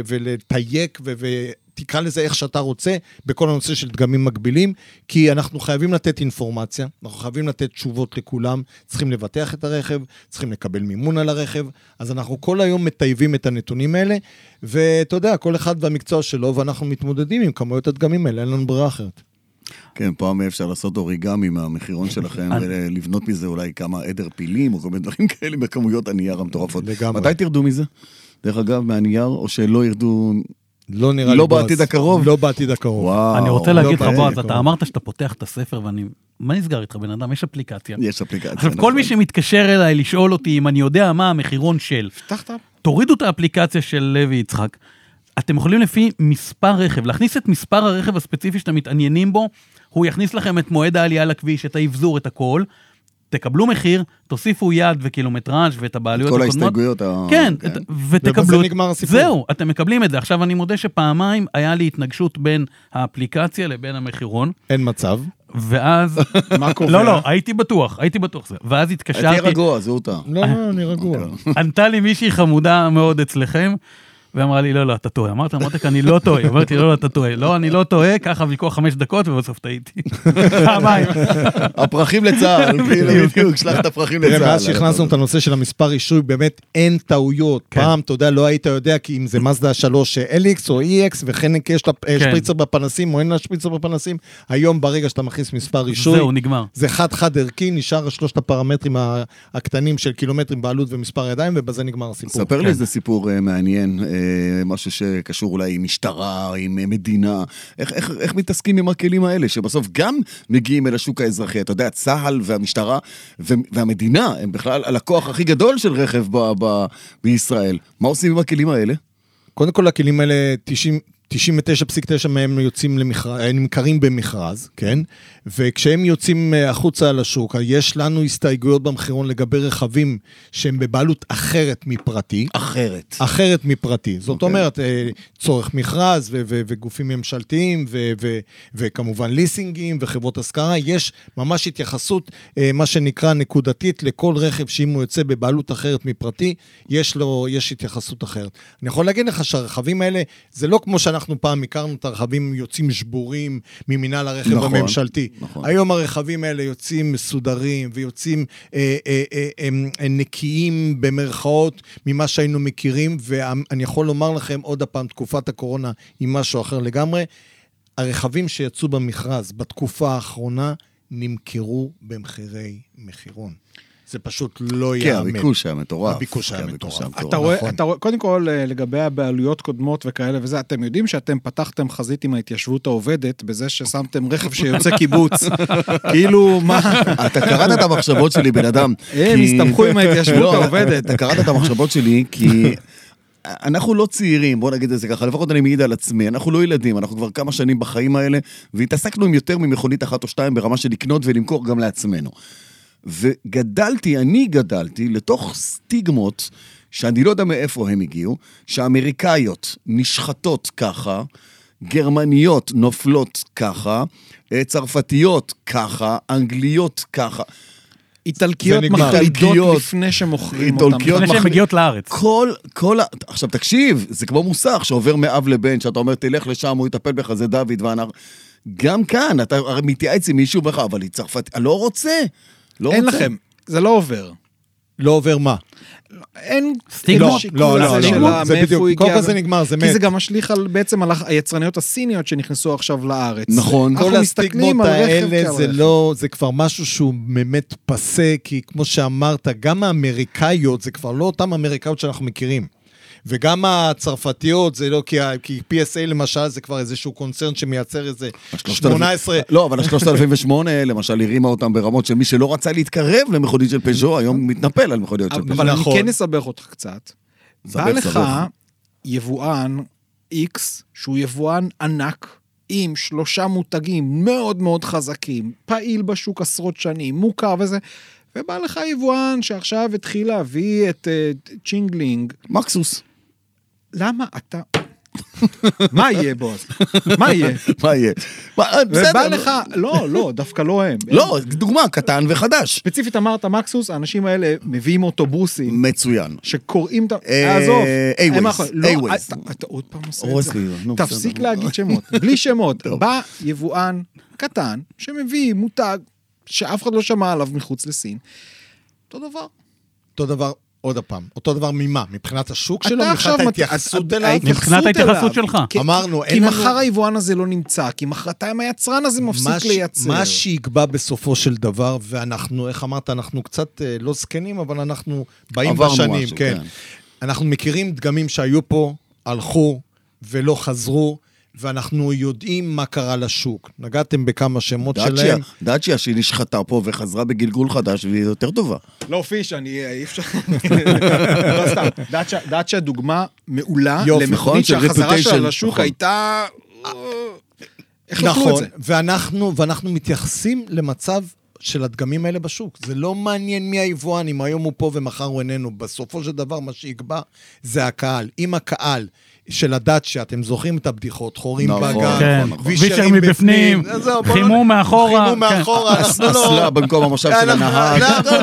ולתייק תקרא לזה איך שאתה רוצה, בכל הנושא של דגמים מקבילים, כי אנחנו חייבים לתת אינפורמציה, אנחנו חייבים לתת תשובות לכולם, צריכים לבטח את הרכב, צריכים לקבל מימון על הרכב, אז אנחנו כל היום מטייבים את הנתונים האלה, ואתה יודע, כל אחד והמקצוע שלו, ואנחנו מתמודדים עם כמויות הדגמים האלה, אין לנו ברירה אחרת. כן, פעם אפשר לעשות אוריגמי מהמחירון שלכם, ולבנות מזה אולי כמה עדר פילים, או כל מיני דברים כאלה, בכמויות הנייר המטורפות. מתי תרדו מזה? דרך אגב, מהנייר, או שלא ירדו לא נראה לי לא בעתיד הקרוב? לא בעתיד הקרוב. אני רוצה להגיד לך, בועז, אתה אמרת שאתה פותח את הספר, ואני... מה נסגר איתך, בן אדם? יש אפליקציה. יש אפליקציה. עכשיו, כל מי שמתקשר אליי לשאול אותי אם אני יודע מה המחירון של... תורידו את האפליקציה של לוי יצחק. אתם יכולים לפי מספר רכב, להכניס את מספר הרכב הספציפי שאתם מתעניינים בו, הוא יכניס לכם את מועד העלייה לכביש, את האבזור, את הכל, תקבלו מחיר, תוסיפו יד וקילומטראז' ואת הבעלויות הקודמות. כל ההסתייגויות. כן, ותקבלו. ובזה נגמר הסיפור. זהו, אתם מקבלים את זה. עכשיו אני מודה שפעמיים היה לי התנגשות בין האפליקציה לבין המחירון. אין מצב. ואז... מה קובע? לא, הייתי בטוח זה. ואז התקשרתי... הייתי רגוע, זה אותה. לא, אני רגוע. ענתה לי מישהי חמודה מאוד אצלכם, ואמרה לי, לא, אתה טועה. אמרתי, אני לא טועה. אמרתי, לא, אתה טועה. לא, אני לא טועה, ככה ויכוח 5 דקות, ובסוף טעיתי. פעמיים. הפרחים לצה"ל, בדיוק, שלח את הפרחים לצה"ל. מאז שהכנסנו את הנושא של המספר אישוי, באמת אין טעויות. פעם, אתה יודע, לא היית יודע, כי אם זה מזדה 3 LX או EX, וחנק יש שפריצר בפנסים, או אין לה שפריצר בפנסים, היום ברגע שאתה מכניס מספר אישוי, זהו, נגמר. זה חד ערכי, נשאר 3 הפרמטרים הקטנים של קילומטרים בעלות ומספר ידיים, ובזה נגמר הסיפור. ספר לי איזה סיפור מעניין, משהו שקשור אולי עם משטרה, עם מדינה, איך מתעסקים עם הכלים האלה, שבסוף גם מגיעים אל השוק האזרחי, אתה יודע, צה"ל והמשטרה והמדינה, הם בכלל הלקוח הכי גדול של רכב בישראל. מה עושים עם הכלים האלה? קודם כל, הכלים האלה, 99.9 מהם נמכרים במכרז, כן? וכשהם יוצאים החוצה על השוק, יש לנו הסתייגויות במחירון לגבי רכבים שהם בבעלות אחרת מפרטי. אחרת מפרטי. זאת אומרת, צורך מכרז וגופים ממשלתיים וכמובן ליסינגים וחברות השכרה, יש ממש התייחסות, מה שנקרא נקודתית, לכל רכב שאם הוא יוצא בבעלות אחרת מפרטי, יש התייחסות אחרת. אני יכול להגיד לך שהרכבים האלה, זה לא כמו שאנחנו פעם הכרנו את הרכבים יוצאים שבורים ממינהל הרכב הממשלתי. היום הרכבים האלה יוצאים מסודרים ויוצאים נקיים במרכאות ממה שהיינו מכירים, ואני יכול לומר לכם עוד הפעם, תקופת הקורונה היא משהו אחר לגמרי. הרכבים שיצאו במכרז בתקופה האחרונה נמכרו במחירי מחירון. זה פשוט לא יאמן. כן, הביקוש היה מטורף. אתה רואה, קודם כל, לגבי הבעלויות קודמות וכאלה וזה, אתם יודעים שאתם פתחתם חזית עם ההתיישבות העובדת, בזה ששמתם רכב שיוצא קיבוץ. כאילו, מה? אתה קראת את המחשבות שלי, בן אדם. הם הסתמכו עם ההתיישבות העובדת. אתה קראת את המחשבות שלי, כי אנחנו לא צעירים, בוא נגיד את זה ככה, לפחות אני מעיד על עצמי, אנחנו לא ילדים, אנחנו כבר כמה שנים בחיים האלה, והתעסקנו עם יותר ממכונית אחת או שתיים ברמה של לקנות ולמכור גם לעצמנו. אני גדלתי לתוך סטיגמות, שאני לא יודע מאיפה הם הגיעו, שהאמריקאיות נשחטות ככה, גרמניות נופלות ככה, צרפתיות ככה, אנגליות ככה. איטלקיות מחלידות לפני שמוכרים אותם. לפני שהן מגיעות לארץ. עכשיו תקשיב, זה כמו מוסך שעובר מאב לבן, שאתה אומר תלך לשם, הוא יטפל בך, זה דוד ואנר. גם כאן, אתה מתייעץ עם מישהו בך, אבל היא צרפתית, אני לא רוצה. אין לכם, זה לא עובר. לא עובר מה? אין סטיגמות? לא, זה בדיוק, כל כזה נגמר, זה מת. כי זה גם משליך בעצם על היצרניות הסיניות שנכנסו עכשיו לארץ. נכון. כל הסטיגמות האלה זה כבר משהו שהוא באמת פסה, כי כמו שאמרת, גם האמריקאיות, זה כבר לא אותם אמריקאיות שאנחנו מכירים. וגם הצרפתיות, זה לא, כי PSA למשל, זה כבר איזשהו קונצרן שמייצר איזה 18... לא, אבל ה-3008, למשל, הרימה אותם ברמות של מי שלא רצה להתקרב למכונית של פז'ו, היום מתנפל על מכוניות של פז'ו. אבל אני כן אסבך אותך קצת. בא לך יבואן X, שהוא יבואן ענק, עם 3 מותגים מאוד מאוד חזקים, פעיל בשוק עשרות שנים, מוכר וזה, ובא לך יבואן שעכשיו התחיל להביא את צ'ינגלינג. מקסוס. למה אתה... מה יהיה, בוס? מה יהיה? ובא לך... לא, דווקא לא הם. לא, דוגמה, קטן וחדש. ספציפית אמרת מקסוס, האנשים האלה מביאים אוטובוסים. מצוין. שקוראים... עזוב. A-Ways. אתה עוד פעם עושה את זה. תפסיק להגיד שמות. בלי שמות. בא יבואן קטן שמביא מותג שאף אחד לא שמע עליו מחוץ לסין. אותו דבר, עוד הפעם. אותו דבר ממה? מבחינת השוק שלו? מבחינת ההתייחסות אליו? מבחינת ההתייחסות שלך. אמרנו, כי מחר היבואן הזה לא נמצא, כי מחרתיים היצרן הזה מפסיק לייצר. מה שיקבע בסופו של דבר, ואנחנו, איך אמרת, אנחנו קצת לא זקנים, אבל אנחנו באים בשנים, כן. אנחנו מכירים דגמים שהיו פה, הלכו ולא חזרו, ואנחנו יודעים מה קרה לשוק. נגעתם בכמה שמות שלהם. דאצ'יה שהיא נשחטה פה וחזרה בגלגול חדש, והיא יותר טובה. לא, פיש, אי אפשר... לא סתם. דאצ'יה דוגמה מעולה, למכונית שהחזרה שלה לשוק הייתה... איך לקחו את זה? ואנחנו מתייחסים למצב של הדגמים האלה בשוק. זה לא מעניין מי היבואן, אם היום הוא פה ומחר הוא איננו. בסופו של דבר מה שיקבע זה הקהל. אם הקהל של הדאצ'יה, אתם זוכרים את הבדיחות, חורים בגן, וישרים בפנים, חימום מאחורה, אסלה במקום המושב של הנהג.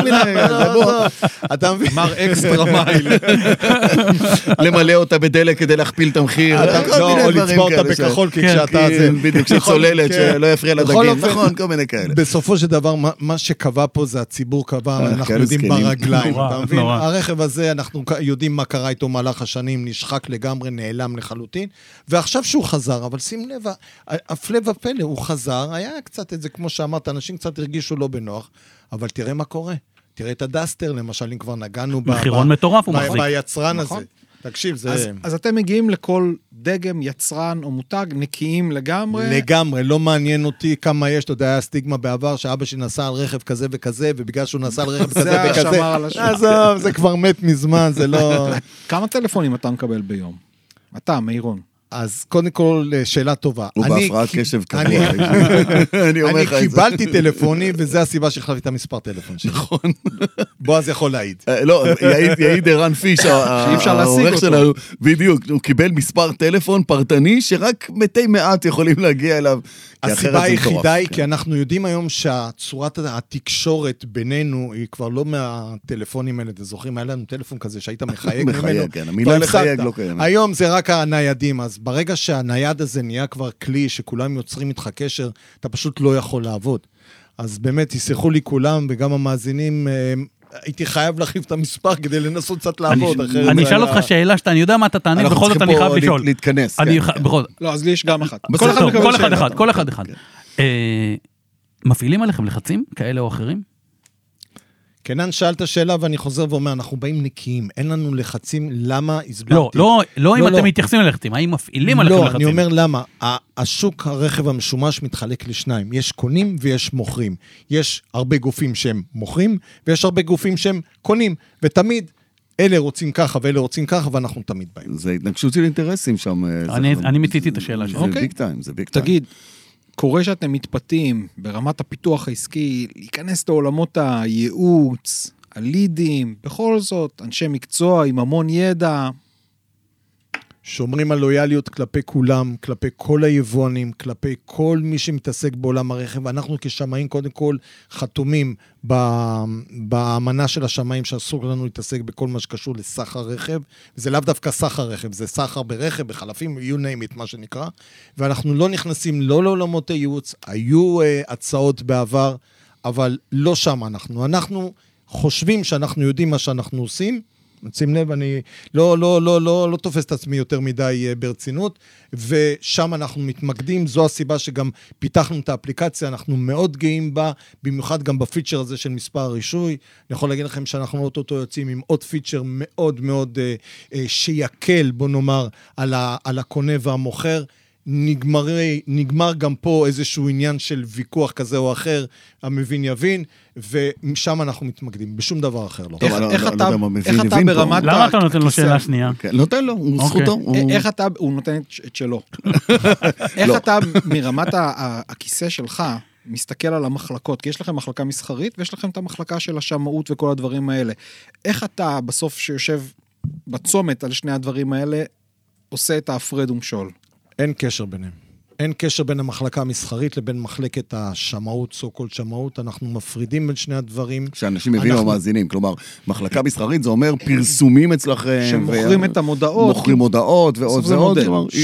אתה מבין? מר אקסטרה מייל. למלא אותה בדלק כדי להכפיל את המחיר. או לצבע אותה בכחול, כי כשאתה זה... בדיוק, כשצוללת, שלא יפריע לדגים. נכון, כל מיני כאלה. בסופו של דבר, מה שקבע פה זה הציבור קבע, אנחנו יודעים ברגליים. אתה מבין? הרכב הזה, אנחנו יודעים מה קרה איתו מהלך השנים, נשחק לגמרי, נעלם לחלוטין, ועכשיו שהוא חזר, אבל שים לב, הפלא ופלא, הוא חזר, היה קצת את זה, כמו שאמרת, אנשים קצת הרגישו לא בנוח, אבל תראה מה קורה. תראה את הדסטר, למשל, אם כבר נגענו מחירון מטורף הוא מחזיק. ביצרן הזה. תקשיב, זה... אז אתם מגיעים לכל דגם, יצרן או מותג, נקיים לגמרי? לגמרי, לא מעניין אותי כמה יש, אתה יודע, היה סטיגמה בעבר, שאבא שלי נסע על רכב כזה וכזה, ובגלל שהוא נסע על רכב כזה וכזה, זה כבר מת מזמן, זה לא... כמה טלפונים אתה מקבל ביום? אתה, מאירון. אז קודם כל, שאלה טובה. הוא בהפרעת קשב קבוע. אני קיבלתי טלפונים, וזו הסיבה שהחלפתי את המספר טלפון שלי. נכון. בועז יכול להעיד. לא, יעיד ערן פיש, העורך שלנו, בדיוק, הוא קיבל מספר טלפון פרטני, שרק מתי מעט יכולים להגיע אליו. הסיבה היחידה היא, כי אנחנו יודעים היום שהצורת התקשורת בינינו, היא כבר לא מהטלפונים האלה, אתם זוכרים, היה לנו טלפון כזה שהיית מחייג ממנו. מחייג, כן, המילה לחייג לא קיימת. היום זה רק הניידים, אז ברגע שהנייד הזה נהיה כבר כלי, שכולם יוצרים איתך קשר, אתה פשוט לא יכול לעבוד. אז באמת, תסלחו לי כולם, וגם המאזינים, הייתי חייב להחליף את המספר כדי לנסות קצת לעבוד. אני אשאל אותך שאלה שאתה, אני יודע מה אתה תענה, בכל זאת אני חייב לשאול. להתכנס. לא, אז לי יש גם אחת. כל אחד. מפעילים עליכם לחצים כאלה או אחרים? קנן שאלת שאלה ואני חוזר ואומר, אנחנו באים נקיים, אין לנו לחצים, למה הסברתי? לא אם אתם מתייחסים ללחצים, האם מפעילים עליכם לחצים? לא, אני אומר למה, השוק הרכב המשומש מתחלק לשניים, יש קונים ויש מוכרים, יש הרבה גופים שהם מוכרים, ויש הרבה גופים שהם קונים, ותמיד אלה רוצים ככה ואלה רוצים ככה, ואנחנו תמיד באים. זה התנגשות של אינטרסים שם. אני מציתי את השאלה שלי. זה ביג טיים, זה ביג טיים. תגיד, קורה שאתם מתפתים ברמת הפיתוח העסקי, להיכנס לעולמות הייעוץ, הלידים, בכל זאת, אנשי מקצוע עם המון ידע. שומרים על לויאליות כלפי כולם, כלפי כל היבואנים, כלפי כל מי שמתעסק בעולם הרכב. אנחנו כשמאים קודם כל חתומים באמנה של השמאים שאסור לנו להתעסק בכל מה שקשור לסחר רכב. זה לאו דווקא סחר רכב, זה סחר ברכב, בחלפים, you name it, מה שנקרא. ואנחנו לא נכנסים לא לעולמות הייעוץ, היו הצעות בעבר, אבל לא שם אנחנו חושבים שאנחנו יודעים מה שאנחנו עושים, שים לב, אני לא תופס את עצמי יותר מדי ברצינות, ושם אנחנו מתמקדים, זו הסיבה שגם פיתחנו את האפליקציה, אנחנו מאוד גאים בה, במיוחד גם בפיצ'ר הזה של מספר הרישוי, אני יכול להגיד לכם שאנחנו אותו יוצאים עם עוד פיצ'ר מאוד מאוד שיקל, בוא נאמר, על הקונה והמוכר, נגמר גם פה איזשהו עניין של ויכוח כזה או אחר, המבין יבין, ומשם אנחנו מתמקדים, בשום דבר אחר לא. איך אתה ברמת... למה אתה נותן לו שאלה שנייה? נותן לו, הוא זכותו. איך אתה, הוא נותן את שלו. איך אתה מרמת הכיסא שלך, מסתכל על המחלקות, כי יש לכם מחלקה מסחרית, ויש לכם את המחלקה של השמאות וכל הדברים האלה. איך אתה בסוף שיושב בצומת על שני הדברים האלה, עושה את ההפרד ומשול? אין קשר ביניהם. אין קשר בין המחלקה המסחרית לבין מחלקת השמאות, סו-קול שמאות, אנחנו מפרידים בין שני הדברים. שאנשים מבינו המאזינים, כלומר, מחלקה מסחרית זה אומר פרסומים אצלכם. שמוכרים את המודעות. מוכרים מודעות ועוד ועוד.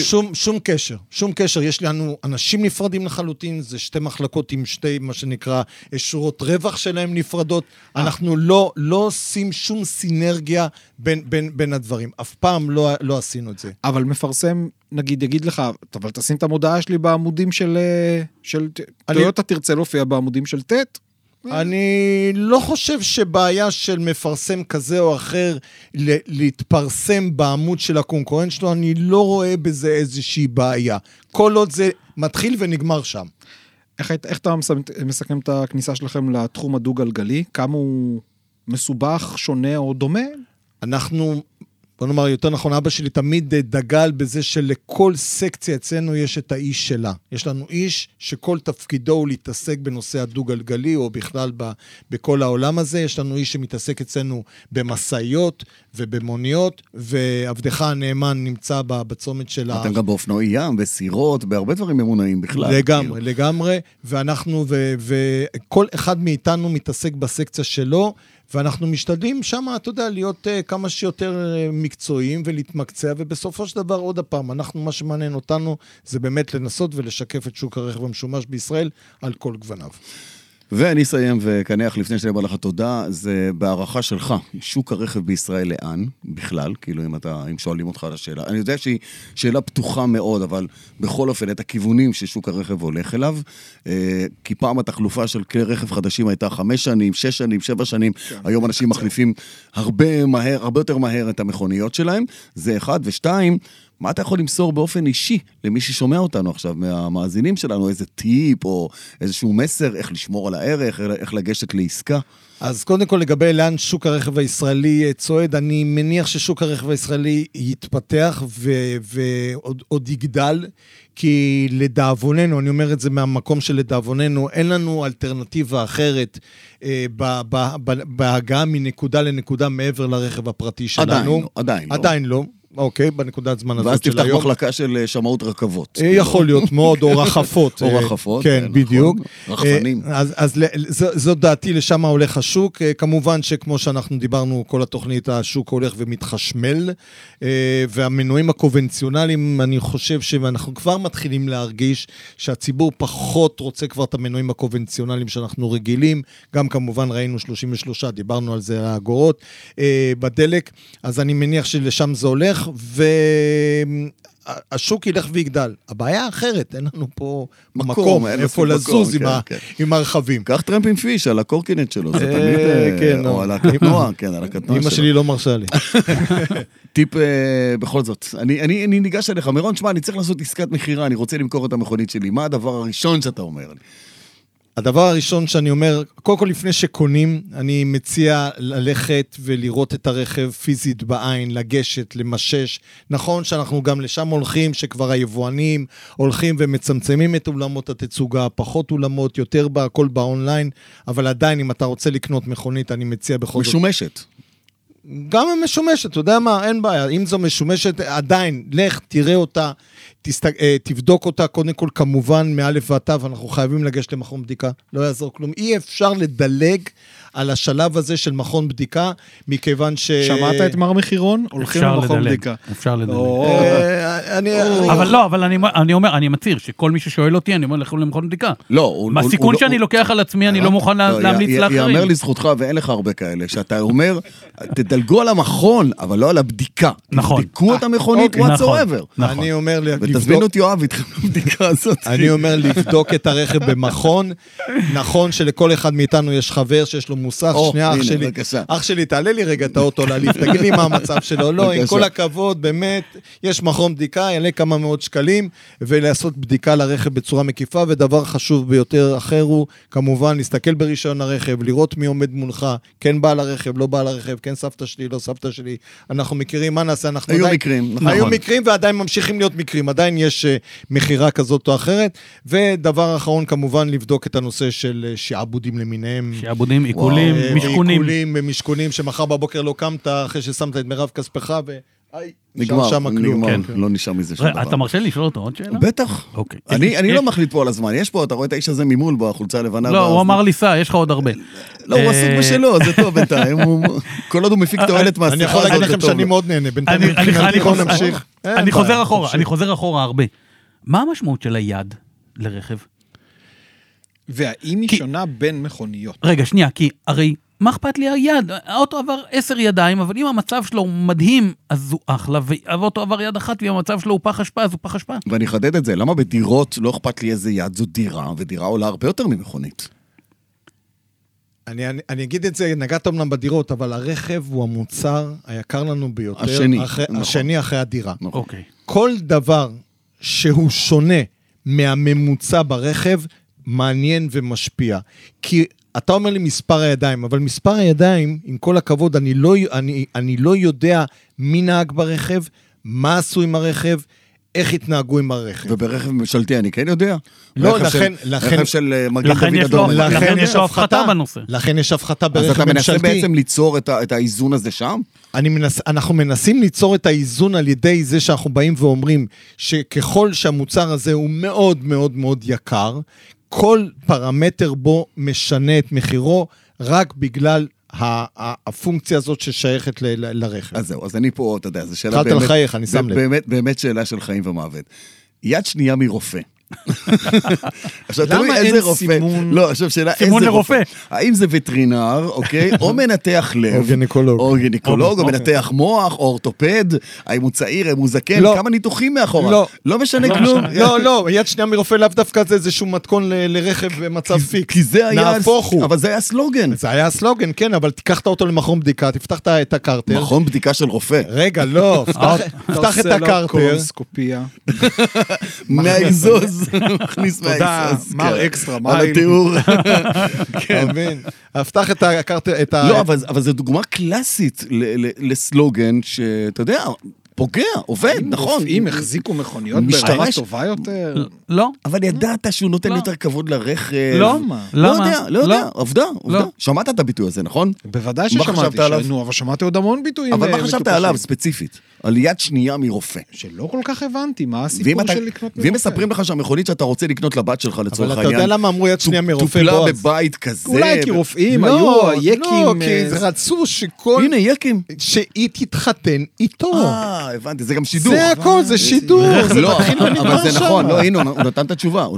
שום קשר, יש לנו אנשים נפרדים לחלוטין, זה שתי מחלקות עם שתי, מה שנקרא, שורות רווח שלהם נפרדות, אנחנו לא עושים שום סינרגיה בין הדברים, אף פעם לא עשינו את זה. אבל מפרסם, נגיד, יגיד לך, אבל תשים את המודעה שלי בעמודים של טויוטה תרצה להופיע בעמודים של טט? אני לא חושב שבעיה של מפרסם כזה או אחר להתפרסם בעמוד של הקונקורנט שלו, אני לא רואה בזה איזושהי בעיה. כל עוד זה מתחיל ונגמר שם. איך אתה מסכם את הכניסה שלכם לתחום הדו-גלגלי? כמה הוא מסובך, שונה או דומה? אנחנו... בוא נאמר, יותר נכון, אבא שלי תמיד דגל בזה שלכל סקציה אצלנו יש את האיש שלה. יש לנו איש שכל תפקידו הוא להתעסק בנושא הדו-גלגלי, או בכלל בכל העולם הזה. יש לנו איש שמתעסק אצלנו במסעיות ובמוניות, ועבדך הנאמן נמצא בצומת של אתם גם באופנועי ים, בסירות, בהרבה דברים ממונעים בכלל. לגמרי, ואנחנו, וכל אחד מאיתנו מתעסק בסקציה שלו, ואנחנו משתדלים שם, אתה יודע, להיות כמה שיותר מקצועיים ולהתמקצע, ובסופו של דבר עוד הפעם, מה שמעניין אותנו זה באמת לנסות ולשקף את שוק הרכב המשומש בישראל על כל גווניו. ואני אסיים וכנח לפני שאני אומר לך תודה, זה בהערכה שלך, שוק הרכב בישראל לאן בכלל, כאילו אם שואלים אותך על השאלה, אני יודע שהיא שאלה פתוחה מאוד, אבל בכל אופן את הכיוונים ששוק הרכב הולך אליו, כי פעם התחלופה של כלי רכב חדשים הייתה 5 שנים, 6 שנים, 7 שנים, היום אנשים מחליפים הרבה יותר מהר את המכוניות שלהם, זה אחד, ושתיים, מה אתה יכול למסור באופן אישי למי ששומע אותנו עכשיו, מהמאזינים שלנו, איזה טיפ או איזשהו מסר, איך לשמור על הערך, איך לגשת לעסקה? אז קודם כל לגבי לאן שוק הרכב הישראלי צועד, אני מניח ששוק הרכב הישראלי יתפתח ועוד יגדל, כי לדאבוננו, אני אומר את זה מהמקום של לדאבוננו, אין לנו אלטרנטיבה אחרת בהגעה מנקודה לנקודה מעבר לרכב הפרטי שלנו. עדיין לא. אוקיי, בנקודת זמן הזאת של היום. ואז תפתח מחלקה של שמאות רכבות. יכול להיות מאוד, או רחפות. או רחפות. כן, בדיוק. רחפנים. אז זו דעתי, לשם הולך השוק. כמובן שכמו שאנחנו דיברנו, כל התוכנית, השוק הולך ומתחשמל, והמנועים הקונבנציונליים, אני חושב שאנחנו כבר מתחילים להרגיש שהציבור פחות רוצה כבר את המנועים הקונבנציונליים שאנחנו רגילים. גם כמובן ראינו 33, דיברנו על זה, האגורות בדלק. אז אני מניח שלשם זה הולך. והשוק ילך ויגדל. הבעיה האחרת, אין לנו פה מקום איפה לזוז עם הרכבים. קח טרמפ עם פיש על הקורקינט שלו, זה תמיד, או על הקטנוע, כן, על הקטנוע שלו. אמא שלי לא מרשה לי. טיפ בכל זאת, אני ניגש אליך, מירון, שמע, אני צריך לעשות עסקת מחירה, אני רוצה למכור את המכונית שלי, מה הדבר הראשון שאתה אומר? הדבר הראשון שאני אומר, קודם כל לפני שקונים, אני מציע ללכת ולראות את הרכב פיזית בעין, לגשת, למשש. נכון שאנחנו גם לשם הולכים, שכבר היבואנים הולכים ומצמצמים את אולמות התצוגה, פחות אולמות, יותר הכל באונליין, אבל עדיין אם אתה רוצה לקנות מכונית, אני מציע בכל זאת. משומשת. גם משומשת, אתה יודע מה, אין בעיה. אם זו משומשת, עדיין, לך, תראה אותה, תבדוק אותה, קודם כל, כמובן, מאלף ועד תו, אנחנו חייבים לגשת למכון בדיקה, לא יעזור כלום. אי אפשר לדלג על השלב הזה של מכון בדיקה, מכיוון ש... שמעת את מר מחירון? הולכים למכון בדיקה. אפשר לדלג. אבל לא, אבל אני אומר, אני מצהיר, שכל מי ששואל אותי, אני אומר, לכו למכון בדיקה. לא. בסיכון שאני לוקח על עצמי, אני לא מוכן להמליץ לאחרים. יאמר לזכותך, ואין לך הרבה כאלה, שאתה אומר, תדלגו על המכון, אבל לא על הבדיקה. נכון. תבדקו את המכונית whatsoever. אני אומר... ותזמינו אותי אוהב איתכם לבדיקה הזאת. אני אומר לבדוק את הרכב במכון. נכון שלכל אחד מאיתנו יש חבר שיש לו מוסך. שנייה, אח שלי, תעלה לי רגע את האוטו להליף, תגיד לי מה המצב שלו. לא, עם כל הכבוד, באמת, יש מכון בדיקה, יעלה כמה מאות שקלים, ולעשות בדיקה לרכב בצורה מקיפה, ודבר חשוב ביותר אחר הוא, כמובן, להסתכל ברישיון הרכב, לראות מי עומד מולך, כן בעל הרכב, לא בעל הרכב, כן סבתא שלי, לא סבתא שלי. אנחנו מכירים, מה נעשה? היו מקרים, ועדיין ממשיכים להיות מקרים. עדיין יש מחירה כזאת או אחרת, ודבר אחרון, כמובן, לבדוק את הנושא של שעבודים למיניהם. שעבודים, עיקולים, משכונים. עיקולים ומשכונים, שמחר בבוקר לא קמת, אחרי ששמת את מירב כספך, נגמר, לא נשאר מזה שום דבר. אתה מרשה לשאול אותו עוד שאלה? בטח. אני לא מחליט פה על הזמן, יש פה, אתה רואה את האיש הזה ממול בחולצה הלבנה. לא, הוא אמר לי סע, יש לך עוד הרבה. לא, הוא עסוק בשלו, זה טוב בינתיים, כל עוד הוא מפיק תועלת מהשיחה הזאת. אני יכול להגיד לכם שאני מאוד נהנה, בינתיים אני חוזר אחורה הרבה. מה המשמעות של היד לרכב? והאם היא שונה בין מכוניות? רגע, שנייה, כי הרי מה אכפת לי היד? האוטו עבר 10 ידיים, אבל אם המצב שלו מדהים, אז הוא אחלה, והאוטו עבר יד אחת, ואם המצב שלו הוא פח אשפה, אז הוא פח אשפה. ואני אחדד את זה, למה בדירות לא אכפת לי איזה יד? זו דירה, ודירה עולה הרבה יותר ממכונית. אני אגיד את זה, נגעת אומנם בדירות, אבל הרכב הוא המוצר היקר לנו ביותר. השני אחרי הדירה. אוקיי. כל דבר שהוא שונה מהממוצע ברכב, מעניין ומשפיע. כי אתה אומר לי מספר הידיים, אבל מספר הידיים, עם כל הכבוד, אני לא יודע מי נהג ברכב, מה עשו עם הרכב, איך התנהגו עם הרכב. וברכב ממשלתי אני כן יודע? לא, רכב של מגן דוד אדום. לכן יש לו הפחתה בנושא. לכן יש הפחתה ברכב ממשלתי. אז אתה מנסה בעצם ליצור את האיזון הזה שם? אנחנו מנסים ליצור את האיזון על ידי זה שאנחנו באים ואומרים שככל שהמוצר הזה הוא מאוד מאוד מאוד יקר, כל פרמטר בו משנה את מחירו רק בגלל הפונקציה הזאת ששייכת לרכב. אז זהו, אז אני פה, אתה יודע, זו שאלה התחלת לחייך, אני שם לב. באמת שאלה של חיים ומוות. יד שנייה מרופא, עכשיו, תלוי איזה רופא. לא, עכשיו שאלה, איזה רופא. האם זה וטרינר, אוקיי? או מנתח לב. או גינקולוג. או גינקולוג, או מנתח מוח, או אורתופד. האם הוא צעיר, האם הוא זקן, כמה ניתוחים מאחורה. לא משנה כלום. לא, יד שנייה מרופא לאו דווקא זה איזשהו מתכון לרכב במצב פיקס. כי זה היה, אבל זה היה סלוגן. זה היה סלוגן, כן, אבל תיקחת אותו למכון בדיקה, תפתח את הקרטר. מכון בדיקה של רופא. רגע, לא, פתח את הקרטר. מהאיזוז, מכניס מהאיזוז. תודה, מר אקסטרה מייל. על התיאור. כן. פתח את הקרטר. לא, אבל זו דוגמה קלאסית לסלוגן שאתה יודע, פוגע, עובד, נכון. רופאים החזיקו מכוניות ברמה טובה יותר? לא. אבל ידעת שהוא נותן יותר כבוד לרכב. לא. לא יודע, עובדה. שמעת את הביטוי הזה, נכון? בוודאי ששמעתי, אבל שמעתי עוד המון ביטויים. אבל מה חשבת עליו ספציפית? על יד שנייה מרופא. שלא כל כך הבנתי, מה הסיפור של לקנות מרופא? ואם מספרים לך שהמכונית שאתה רוצה לקנות לבת שלך לצורך העניין, אבל אתה יודע למה אמרו יד שנייה מרופא טופלה בבית כזה. אולי כי רופאים היו, היקים. לא, כי רצו שכל... הנה, יקים. שהיא תתחתן איתו. הבנתי, זה גם שידור. זה הכל, זה שידור. לא, אבל זה נכון, לא, הנה, הוא נתן את התשובה,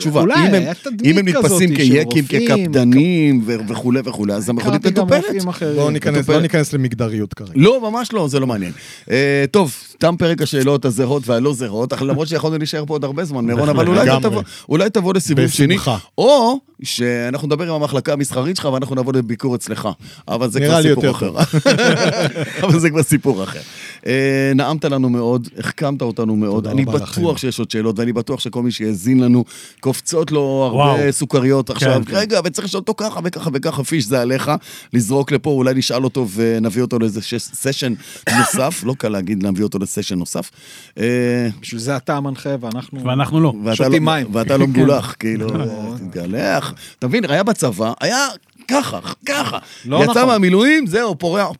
אם הם נתפסים כיקים, כקפדנים וכו', אז המכונית מטופלת. לא ניכנס למגדריות כרגע. לא, ממש לא, זה לא מעניין. טוב, תם פרק השאלות הזהות והלא זהות, למרות שיכולנו להישאר פה עוד הרבה זמן, מירון, אבל אולי תבוא לסיבוב שני, או שאנחנו נדבר עם המחלקה המסחרית שלך, ואנחנו נבוא לביקור אצלך. אבל זה כבר סיפור אחר. אבל זה כבר סיפור אחר. נעמת לנו מאוד, החכמת אותנו מאוד, אני בטוח שיש עוד שאלות, ואני בטוח שכל מי שיאזין לנו, קופצות לו הרבה סוכריות עכשיו, רגע, וצריך לשאול אותו ככה וככה וככה, פיש זה עליך, לזרוק לפה, אולי נשאל אותו ונביא אותו לאיזה סשן נוסף, לא קל להגיד להביא אותו לסשן נוסף. בשביל זה אתה המנחה ואנחנו לא. שותים מים. ואתה לא מגולח, כאילו, תגלח. אתה מבין, היה בצבא, היה ככה. יצא מהמילואים, זהו,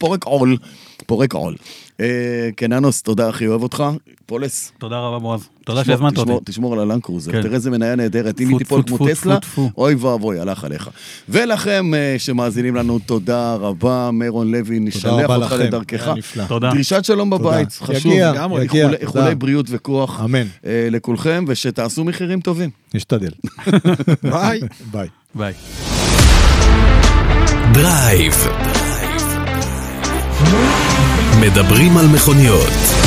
פורק עול. קננוס, תודה אחי, אוהב אותך. פולס. תודה רבה בועז. תודה שהזמנת אותי. תשמור על הלנקרוזר, תראה איזה מניה נהדרת, אם היא תיפול כמו טסלה, אוי ואבוי, הלך עליך. ולכם שמאזינים לנו, תודה רבה, מירון לוי, נשלח אותך לדרכך. דרישת שלום בבית, חשוב, איחולי בריאות וכוח לכולכם, ושתעשו מחירים טובים. נשתדל. ביי. דרייב. מדברים על מכוניות.